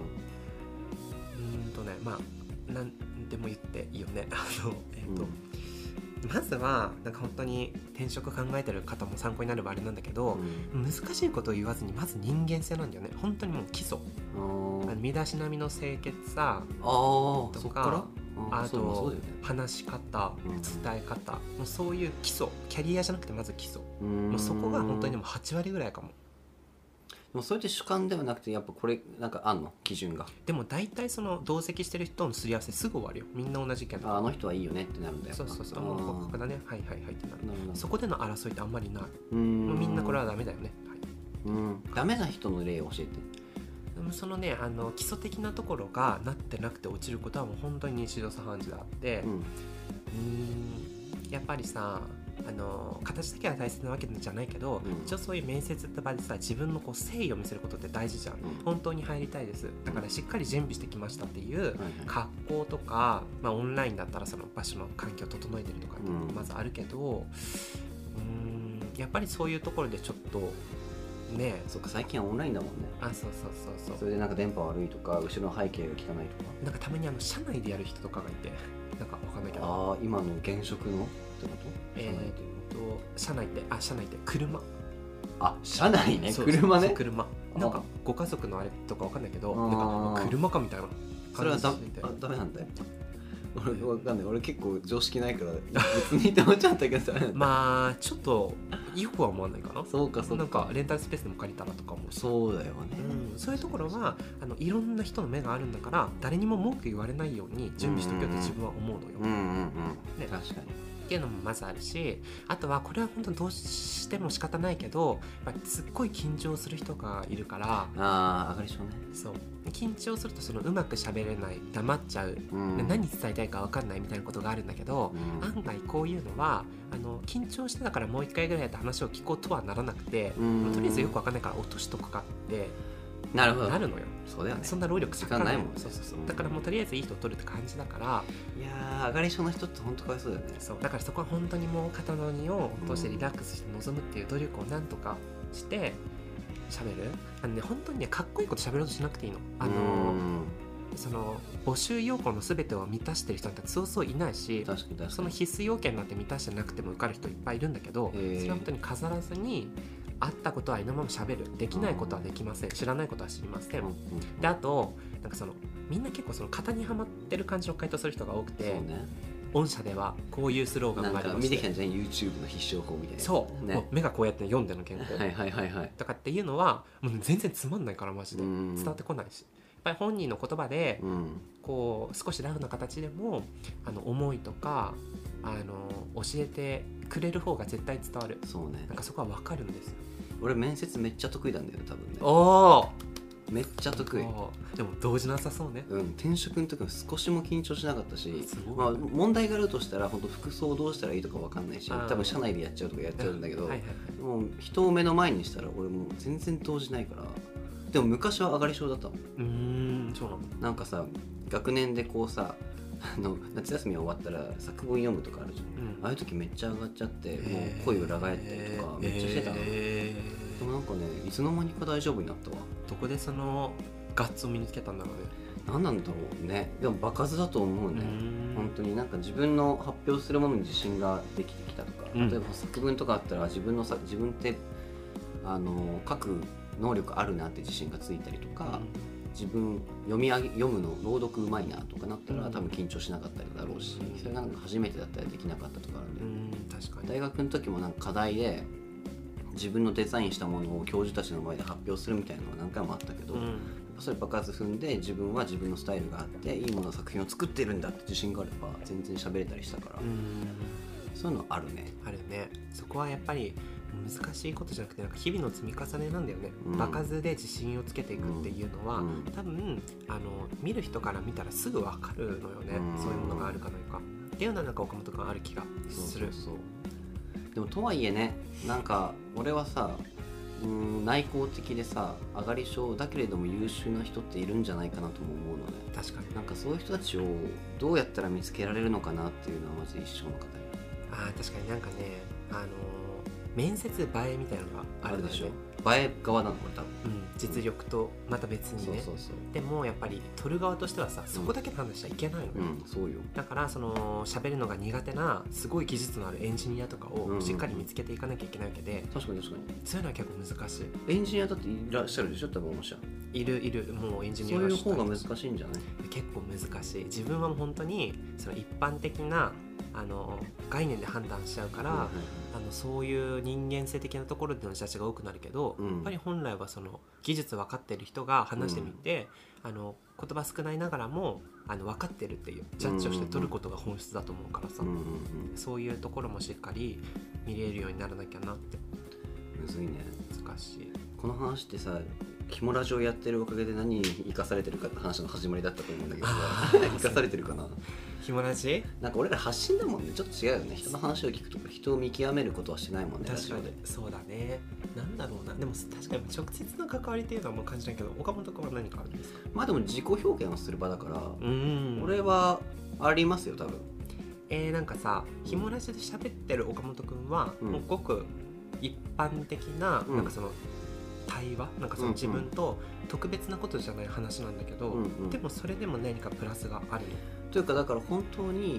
まあ何でも言っていいよね。まずはなんか本当に転職考えてる方も参考になればあれなんだけど、難しいことを言わずにまず人間性なんだよね。本当にもう基礎、身だしなみの清潔さとか、あと話し方、伝え方、もうそういう基礎、キャリアじゃなくてまず基礎、もうそこが本当にでも8割ぐらいかも。 でもそれって主観ではなくてやっぱこれなんかあんの基準が？ でも大体その同席してる人のすり合わせすぐ終わるよ。みんな同じ意見。 あの人はいいよねってなるんだよ。 そうもう合格だね、はいってなる。そこでの争いってあんまりない。もうみんなこれはダメだよね。 ダメな人の例を教えて。 そのね基礎的なところがなってなくて落ちることはもう本当に日常茶飯事であって、やっぱりさ形だけは大切なわけじゃないけど、一応そういう面接って場でさ自分の誠意を見せることって大事じゃん。本当に入りたいです、だからしっかり準備してきましたっていう格好とか、オンラインだったらその場所の環境を整えてるとかってまずあるけど、やっぱりそういうところでちょっとね。 そっか、最近はオンラインだもんね。 そうそれでなんか電波悪いとか後ろの背景が汚いとか、 なんかたまに社内でやる人とかがいて、なんかわかんないけど、 今の現職のってこと？ 車内って車。 車内ね。 そう車ね。 車。なんかご家族のあれとかわかんないけど、なんか車かみたいな。 それはダメなんだよ。俺わかんない。俺結構常識ないから別にって思っちゃったけどまあちょっとよくは思わないかな。 そうか。 なんかレンタルスペースでも借りたらとかも。 そうだよね、 そういうところはいろんな人の目があるんだから誰にも文句言われないように準備しておけよって自分は思うのよ。 ね、確かにっていうのもまずあるし、あとはこれは本当にどうしても仕方ないけど、すっごい緊張する人がいるから、 上がり症ね。 そう緊張するとうまく喋れない、黙っちゃう、何伝えたいか分かんないみたいなことがあるんだけど、案外こういうのは緊張してたからもう一回ぐらいやって話を聞こうとはならなくて、とりあえずよく分かんないから落としとくかってなるのよ。 そうだよね。そんな労力時間ないもんね。 そうだからもうとりあえずいい人を取るって感じだから。 いや上がり症の人って本当かわいそうだよね。 そうだからそこは本当にもう肩の荷を落としてリラックスして臨むっていう努力をなんとかして喋る。本当にねかっこいいこと喋ろうとしなくていいの。募集要項の全てを満たしてる人なんてそういないし、その必須要件なんて満たしてなくても受かる人いっぱいいるんだけど、それは本当に飾らずにあったことはありのまま喋る、できないことはできません、知らないことは知りません、であとなんかみんな結構型にはまってる感じの回答する人が多くて、御社ではこういうスローガンがありまして、 見てきたんじゃん YouTube の必勝法みたいな。 そうね、もう目がこうやって読んでの原稿とかっていうのはもう全然つまんないからマジで伝わってこないし、やっぱり本人の言葉でこう少しラフな形でも思いとか教えてくれる方が絶対伝わる。そうね、なんかそこは分かるんですよ。 俺面接めっちゃ得意なんだよね多分ね。めっちゃ得意。 でも動じなさそうね。 転職の時も少しも緊張しなかったし、問題があるとしたら本当服装どうしたらいいとか分かんないし、多分社内でやっちゃうとかやっちゃうんだけど、もう人を目の前にしたら俺もう全然動じないから。でも昔は上がり症だったもん。 そうなの。 なんかさ学年でこうさ夏休み終わったら作文読むとかあるじゃん、ああいう時めっちゃ上がっちゃってもう声裏返ったりとかめっちゃしてたの。でもなんかねいつの間にか大丈夫になったわ。 どこでそのガッツを身につけたんだろうね。 何なんだろうね。でも場数だと思うね。本当になんか自分の発表するものに自信ができてきたとか、例えば作文とかあったら自分って書く能力あるなって自信がついたりとか、自分読むの朗読うまいなとかなったら多分緊張しなかったりだろうし、それがなんか初めてだったらできなかったとかあるんで、確かに大学の時もなんか課題で自分のデザインしたものを教授たちの前で発表するみたいなのは何回もあったけど、それ爆発踏んで自分は自分のスタイルがあっていいもの作品を作ってるんだって自信があれば全然喋れたりしたから、そういうのあるね。 あるね。そこはやっぱり難しいことじゃなくてなんか日々の積み重ねなんだよね。場数で自信をつけていくっていうのは、多分見る人から見たらすぐ分かるのよね、そういうものがあるかないかっていうのはなんか岡本君ある気がする。 でもとはいえね、なんか俺はさ内向的でさ上がり症だけれども優秀な人っているんじゃないかなとも思うのね。 確かに。 なんかそういう人たちをどうやったら見つけられるのかなっていうのはまず一生の課題。 確かになんかね面接映えみたいなのがあるでしょ。 映え側なのこれ多分、 実力とまた別にね。でもやっぱり取る側としてはさ、そこだけの話しちゃいけないのよ、 そうよ。 だから喋るのが苦手なすごい技術のあるエンジニアとかをしっかり見つけていかなきゃいけないわけで、 確かにそういうのは結構難しい。 エンジニアだっていらっしゃるでしょ多分。もしいるもうエンジニアそういう方が難しいんじゃない？ 結構難しい。自分は本当に一般的な概念で判断しちゃうから、そういう人間性的なところでのジャッジが多くなるけど、やっぱり本来は技術分かってる人が話してみて、言葉少ないながらも分かってるっていうジャッジをして取ることが本質だと思うからさ、そういうところもしっかり見れるようにならなきゃなって。 むずいね。 難しい。 この話ってさキモラジオやってるおかげで何に生かされてるかって話の始まりだったと思うんだけど生かされてるかな。 キモラジなんか俺ら発信だもんね。ちょっと違うよね。人の話を聞くとか人を見極めることはしないもんね。 確かにそうだね。なんだろうな。でも確かに直接の関わりっていうのはもう感じないけど、岡本君は何かあるんですか？ まあでも自己表現をする場だから俺はありますよ多分。 なんかさ、キモラジで喋ってる岡本君はもうごく一般的な、なんか対話なんか自分と特別なことじゃない話なんだけど、でもそれでも何かプラスがあるのというかだから本当に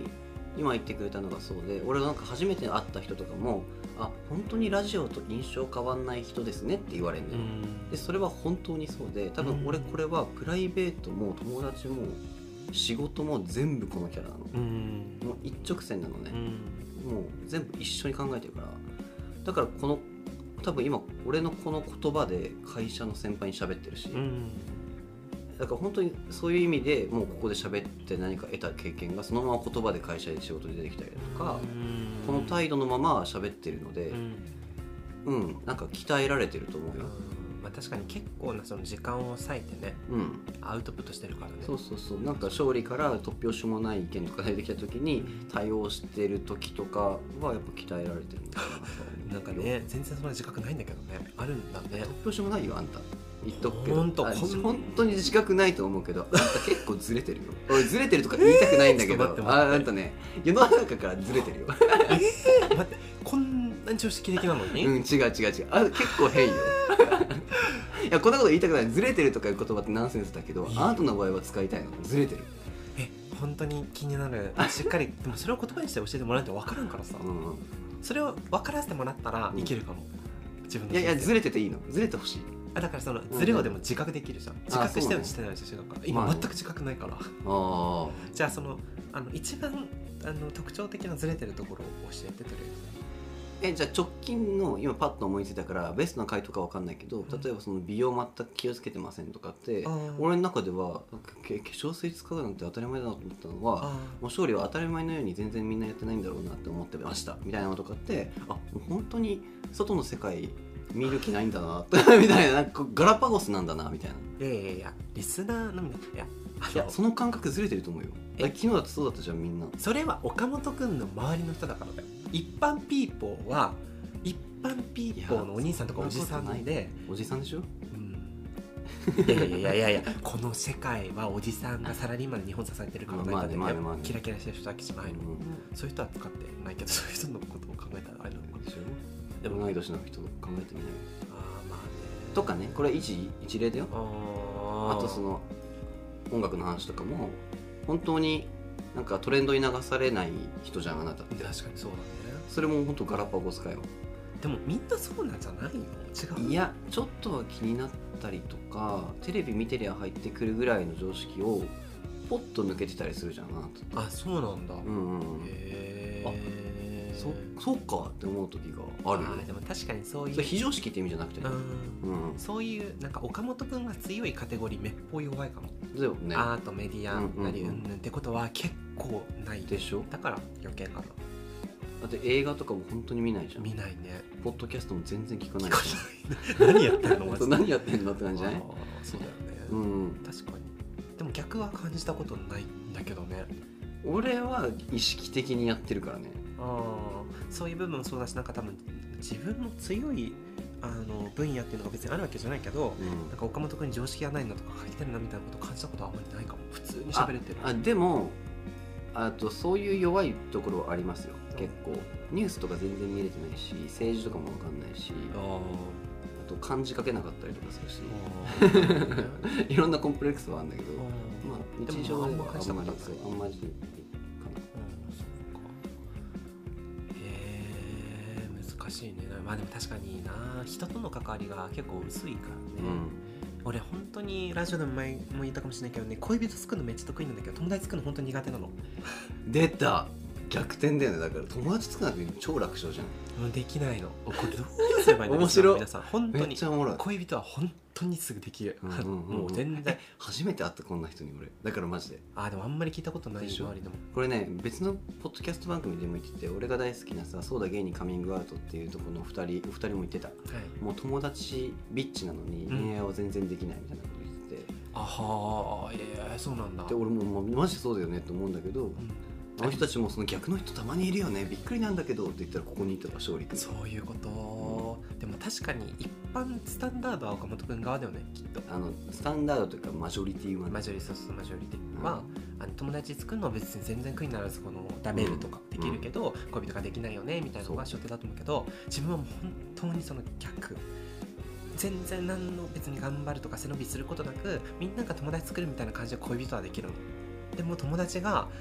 今言ってくれたのがそうで、俺がなんか初めて会った人とかもあ本当にラジオと印象変わんない人ですねって言われるのよ、でそれは本当にそうで、多分俺これはプライベートも友達も仕事も全部このキャラなの、もう一直線なのね、もう全部一緒に考えてるから、だからこの多分今俺のこの言葉で会社の先輩に喋ってるし、だから本当にそういう意味でもうここで喋って何か得た経験がそのまま言葉で会社で仕事で出てきたりだとか、この態度のまま喋ってるので、なんか鍛えられてると思うよ。 まあ、確かに結構なその時間を割いてね、アウトプットしてるからね。 そうなんか勝利から突拍子もない意見とか出てきた時に対応してる時とかはやっぱ鍛えられてるのかなとなんかね、全然そんな自覚ないんだけどね、あるんだね。 突拍子もないよあんた、言っとくけど、 本当に自覚ないと思うけど、あんた結構ずれてるよ。俺ずれてるとか言いたくないんだけど、 待ってあんたね世の中からずれてるよ。 待って、こんなに常識的なのに？ 違うあ結構変よ。いやこんなこと言いたくない。ずれてるとかいう言葉ってナンセンスだけど、あなたの場合は使いたいの。ずれてる。 本当に気になる。しっかりでもそれを言葉にして教えてもらえないと分からんからさ、それを分からせてもらったらいけるかも、自分のいやずれてていいの。ずれてほしい。 だからそのズレをでも自覚できるじゃん、自覚してるしてないしてるから、今全く自覚ないから、じゃあその一番特徴的なズレてるところを教えてとりあえず。じゃあ直近の今パッと思いついたからベストな回答か分かんないけど、例えばその美容全く気をつけてませんとかって、俺の中では化粧水使うなんて当たり前だなと思ったのは、もう勝利は当たり前のように全然みんなやってないんだろうなって思ってましたみたいなのとかって、もう本当に外の世界見る気ないんだなみたいな、なんかガラパゴスなんだなみたいな。 いやリスナーのいやその感覚ずれてると思うよ。昨日だってそうだったじゃんみんな。 それは岡本くんの周りの人だからだよ。一般ピーポーは一般ピーポーのお兄さんとかおじさんで、 おじさんでしょ。 いやこの世界はおじさんがサラリーマンで日本支えてるからだけど、キラキラしてる人だけじゃないの、そういう人は使ってないけど、そういう人のことを考えたらあれなのかでしょ。 でも同い年の人考えてみない。 まあね。 とかね、これ一例だよ。あとその音楽の話とかも本当になんかトレンドに流されない人じゃんあなたって。 確かにそうだね。 それも本当ガラパゴスかよ。 でもみんなそうなんじゃないよ。違う。 いやちょっとは気になったりとか、テレビ見てりゃ入ってくるぐらいの常識をポッと抜けてたりするじゃんあなた。 そうなんだ。 へえ。そうかって思う時があるよ。 でも確かにそういう、 それ非常識って意味じゃなくて、 そういうなんか岡本君が強いカテゴリーめっぽう弱いかも。 だよね。 アートメディアなりうんぬんってことは結構ないでしょ。 だから余計かな。 だって映画とかも本当に見ないじゃん。 見ないね。 ポッドキャストも全然聞かないし。何やってんのマジで。 何やってんのって感じじゃない？ そうだよね。確かに。でも逆は感じたことないんだけどね。 俺は意識的にやってるからね。 そういう部分もそうだし、なんか多分自分の強い分野っていうのが別にあるわけじゃないけど、なんか岡本君に常識がないなとか書いてるなみたいなことを感じたことはあんまりないかも。普通に喋れてる。 でもそういう弱いところはありますよ。結構ニュースとか全然見れてないし、政治とかも分かんないし、あと漢字書けなかったりとかするしいろんなコンプレックスはあるんだけど、まあ日常ではあんまりかな。 難しいね。まあでも確かにな、人との関わりが結構薄いからね。俺本当にラジオでも前も言ったかもしれないけどね、恋人作るのめっちゃ得意なんだけど友達作るの本当に苦手なの。 出た、逆転だよね。だから友達作らなくて超楽勝じゃん。 できないの。これどうすればいいの？ 面白い。 皆さん本当にめっちゃおもろい。 恋人は本当にすぐできる。もう全然初めて会ったこんな人に俺。だからマジで。 でもあんまり聞いたことない周りでも。 これね、別のポッドキャスト番組でも言ってて、俺が大好きなさ、そうだゲイにカミングアウトっていうところのお二人も言ってた。もう友達ビッチなのに恋愛は全然できないみたいなこと言ってて。 そうなんだ。 で俺もマジそうだよねって思うんだけど。あの人たちもその逆の人たまにいるよね、びっくりなんだけどって言ったらここにいたら勝利君。 そういうこと、でも確かに一般スタンダードは岡本君側だよねきっと。 スタンダードというかマジョリティはね、 マジョリティは、友達作るのは別に全然苦にならずダメるとかできるけど、恋人ができないよねみたいなのが初手だと思うけど、自分はもう本当にその逆。全然何の別に頑張るとか背伸びすることなく、みんなが友達作るみたいな感じで恋人はできるの。でも友達が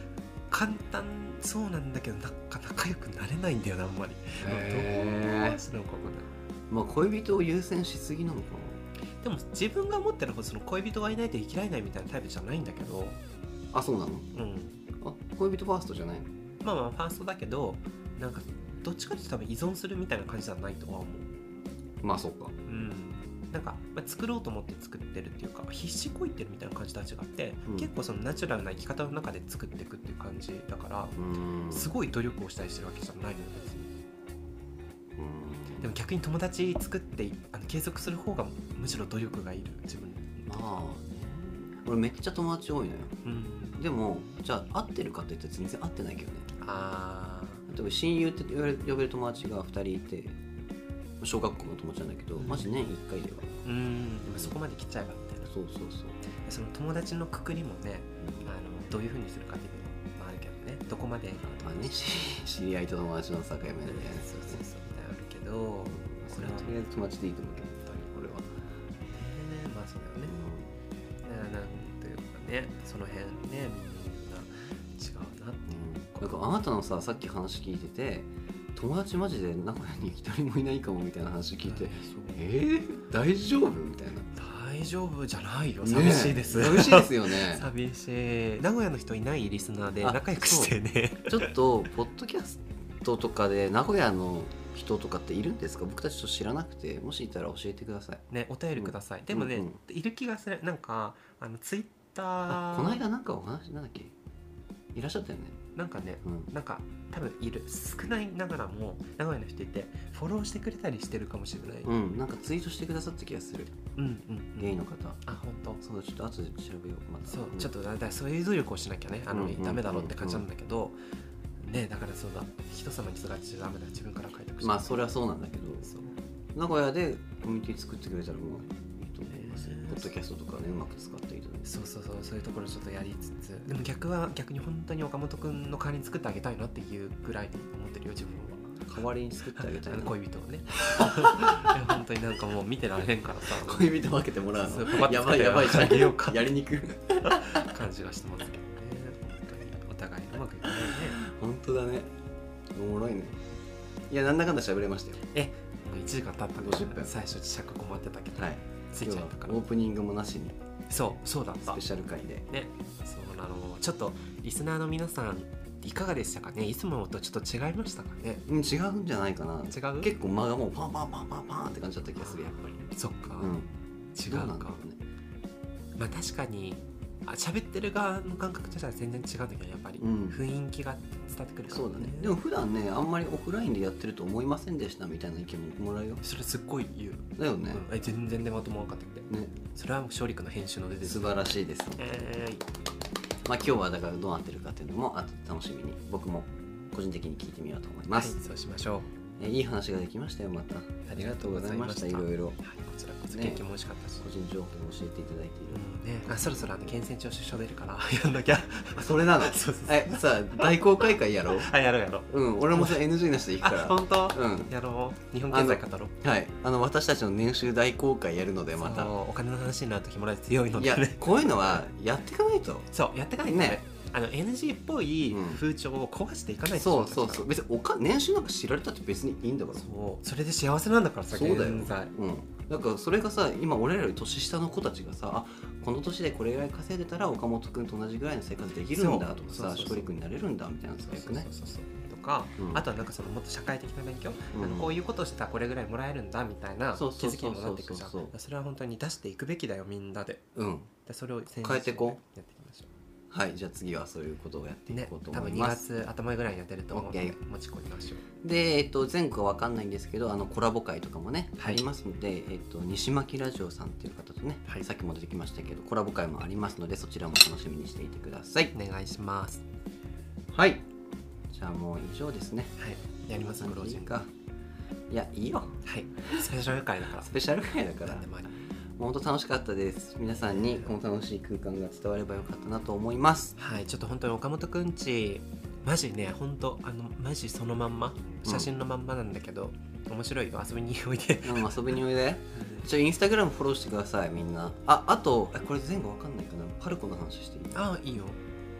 簡単そうなんだけど仲良くなれないんだよなあんまり。どうしようかな。 まあ恋人を優先しすぎなのかな。でも自分が思ってるほどその恋人がいないと生きられないみたいなタイプじゃないんだけど。 あ、そうなの？ うん。 あ、恋人ファーストじゃないの？ まあまあファーストだけど、なんかどっちかっていうと多分依存するみたいな感じじゃないとは思う。 まあそうか。 うん。なんか、作ろうと思って作ってるっていうか必死こいてるみたいな感じとは違って、結構そのナチュラルな生き方の中で作っていくっていう感じだから、すごい努力をしたりしてるわけじゃないのよ別に。でも逆に友達作って継続する方がむしろ努力がいる自分。 まあ俺めっちゃ友達多いのよ、でもじゃあ会ってるかって言ったら全然会ってないけどね。例えば親友って呼べる友達が2人いて、小学校の友達なんだけど、マジ年1回では。 でもそこまで来ちゃえばみたいな。 そうその友達のくくりもね、どういう風にするかっていうのもあるけどね、どこまで知り合いと友達の境目でね。 そうあるけど、 これはとりあえず友達でいいと思うけど、俺はまあそうだよね。なんというかね、その辺ね、みんな違うなっていう。 なんかあなたのさっき話聞いてて、友達マジで名古屋に一人もいないかもみたいな話聞いて、大丈夫みたいな。 大丈夫じゃないよ、寂しいです、 寂しいですよね。 寂しい。名古屋の人いないリスナーで仲良くしてね。 ちょっとポッドキャストとかで名古屋の人とかっているんですか？僕たちちょっと知らなくて、もしいたら教えてくださいね。お便りください。でもね、いる気がする。なんかツイッター、 この間なんかお話なんだっけ、いらっしゃったよね。 なんかね、なんか多分いる、少ないながらも名古屋の人いてフォローしてくれたりしてるかもしれない。 なんかツイートしてくださった気がする。ゲイの方。 あ、本当。 そう、ちょっと後で調べよう。またそう、ちょっとだそういう努力をしなきゃね、ダメだろうって感じなんだけどね。だからそうだ、人様にすがっちゃダメだ、自分から開拓して。 まあそれはそうなんだけど、名古屋でコミュニティ作ってくれたらもういいと思います。ポッドキャストとかね、うまく使っていただいて。 そういうところちょっとやりつつ、でも逆に本当に岡本くんの代わりに作ってあげたいなっていうぐらいに思ってるよ自分は。 代わりに作ってあげたいな。 恋人をね。本当になんかもう見てられへんからさ。 恋人分けてもらうの。やばいあげようか。 やりにくい感じがしてますけどね。お互いうまくいかないね。 本当だね。おもろいね。いや、なんだかんだ喋れましたよ。 もう1時間経ったんで、最初尺困ってたけど、ついちゃったから。 オープニングもなしに。 そうだった。 スペシャル回でね。そうなの。ちょっとリスナーの皆さんいかがでしたかね。いつもとちょっと違いましたかね。 違うんじゃないかな。 違う。 結構間がもうパンパンパンパンパンって感じだった気がする、やっぱり。 そっか。違うか。まあ確かに喋ってる側の感覚としては全然違うんだけど、やっぱり雰囲気が伝わってくるからね。そうだね。 でも普段ね、あんまりオフラインでやってると思いませんでしたみたいな意見ももらうよ。 それすっごい言う。 だよね。 全然でまとも分かっててね。それは勝利君の編集の出てる。 素晴らしいです。まあ今日はだからどうなってるかっていうのもあと楽しみに僕も個人的に聞いてみようと思います。 そうしましょう。いい話ができましたよ。またありがとうございました。 いろいろ。 こちらこそケーキも美味しかったし、 個人情報も教えていただいている。 そろそろ源泉徴収書出るからやんなきゃ。 それなの。さあ大公開会やろう。 やろう。 俺もさ NG なしで行くから。 本当。やろう。日本経済語ろう。 はい。私たちの年収大公開やるので、またお金の話になるときもらえて強いので。 いや、こういうのはやっていかないと。 そう、やっていかないとね。NG っぽい風潮を壊していかないと。そう別に年収なんか知られたって別にいいんだから。 それで幸せなんだからさ。 そうだよ。だからそれがさ、今俺らより年下の子たちがさ、この年でこれぐらい稼いでたら岡本君と同じぐらいの生活できるんだとかさ、勝利君になれるんだみたいなのがよくね。とか、あとはなんかそのもっと社会的な勉強、こういうことをしたらこれぐらいもらえるんだみたいな気づきにもなっていくじゃん。それは本当に出していくべきだよ、みんなで。それを変えていこう。 やっていきましょう。 はい、じゃあ次はそういうことをやっていこうと思います。 多分2月頭ぐらいにやってると思うので持ち込みましょう。 で、前後は分かんないんですけど、コラボ会とかもね、ありますので、西巻ラジオさんっていう方とね、さっきも出てきましたけどコラボ会もありますので、そちらも楽しみにしていてください。 お願いします。 はい、じゃあもう以上ですね。 やりますクロージング。 いや、いいよ。 スペシャル会だから。 スペシャル会だから。本当楽しかったです。皆さんにこの楽しい空間が伝わればよかったなと思います。 ちょっと本当に岡本くんちマジね、本当マジそのまんま、写真のまんまなんだけど、面白いよ。遊びにおいで。 遊びにおいで。インスタグラムフォローしてください、みんな。あとこれ前後わかんないかな。パルコの話していい？ いいよ。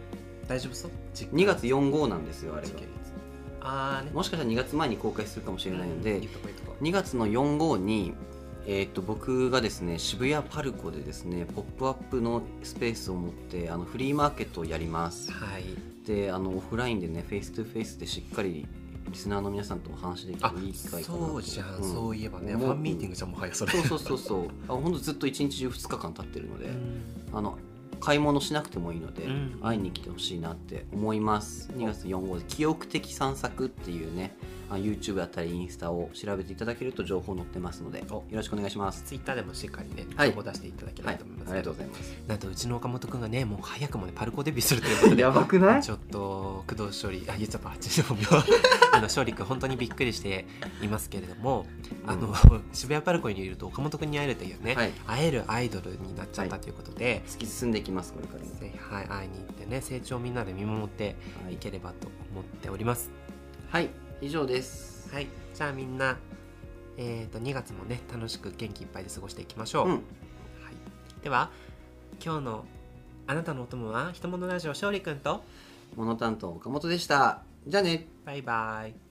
大丈夫そう？ 2月45なんですよあれ時系が。 列ね、 もしかしたら2月前に公開するかもしれないので、 いいとこいいとこ。 2月の45に僕がですね渋谷パルコでですねポップアップのスペースを持ってフリーマーケットをやります。 はい。 でオフラインでねフェイストゥフェイスでしっかりリスナーの皆さんとお話できるいい機会かなと。 そうじゃん、そういえばね、ファンミーティングじゃん、もはやそれ。 そう本当ずっと1日中2日間経ってるので、買い物しなくてもいいので、会いに来てほしいなって思います。2月4号で記憶的散策っていうねYouTube だったりインスタを調べていただけると情報載ってますのでよろしくお願いします。 Twitter でもしっかりね情報出していただければと思います、 ありがとうございます。 なんとうちの岡本くんがねもう早くもねパルコデビューするということでやばくない？ ちょっと工藤勝利言っちゃった勝利くん本当にびっくりしていますけれども、渋谷パルコにいると岡本くんに会えるというね、会えるアイドルになっちゃったということで、 突き進んでいきますこれからね。 ぜひ会いに行ってね成長をみんなで見守っていければと思っております。 はい、以上です。 はい、じゃあみんな、2月もね楽しく元気いっぱいで過ごしていきましょう、はい、では今日のあなたのお供はひとものラジオ勝利くんとモノ担当岡本でした。じゃあね、 バイバイ。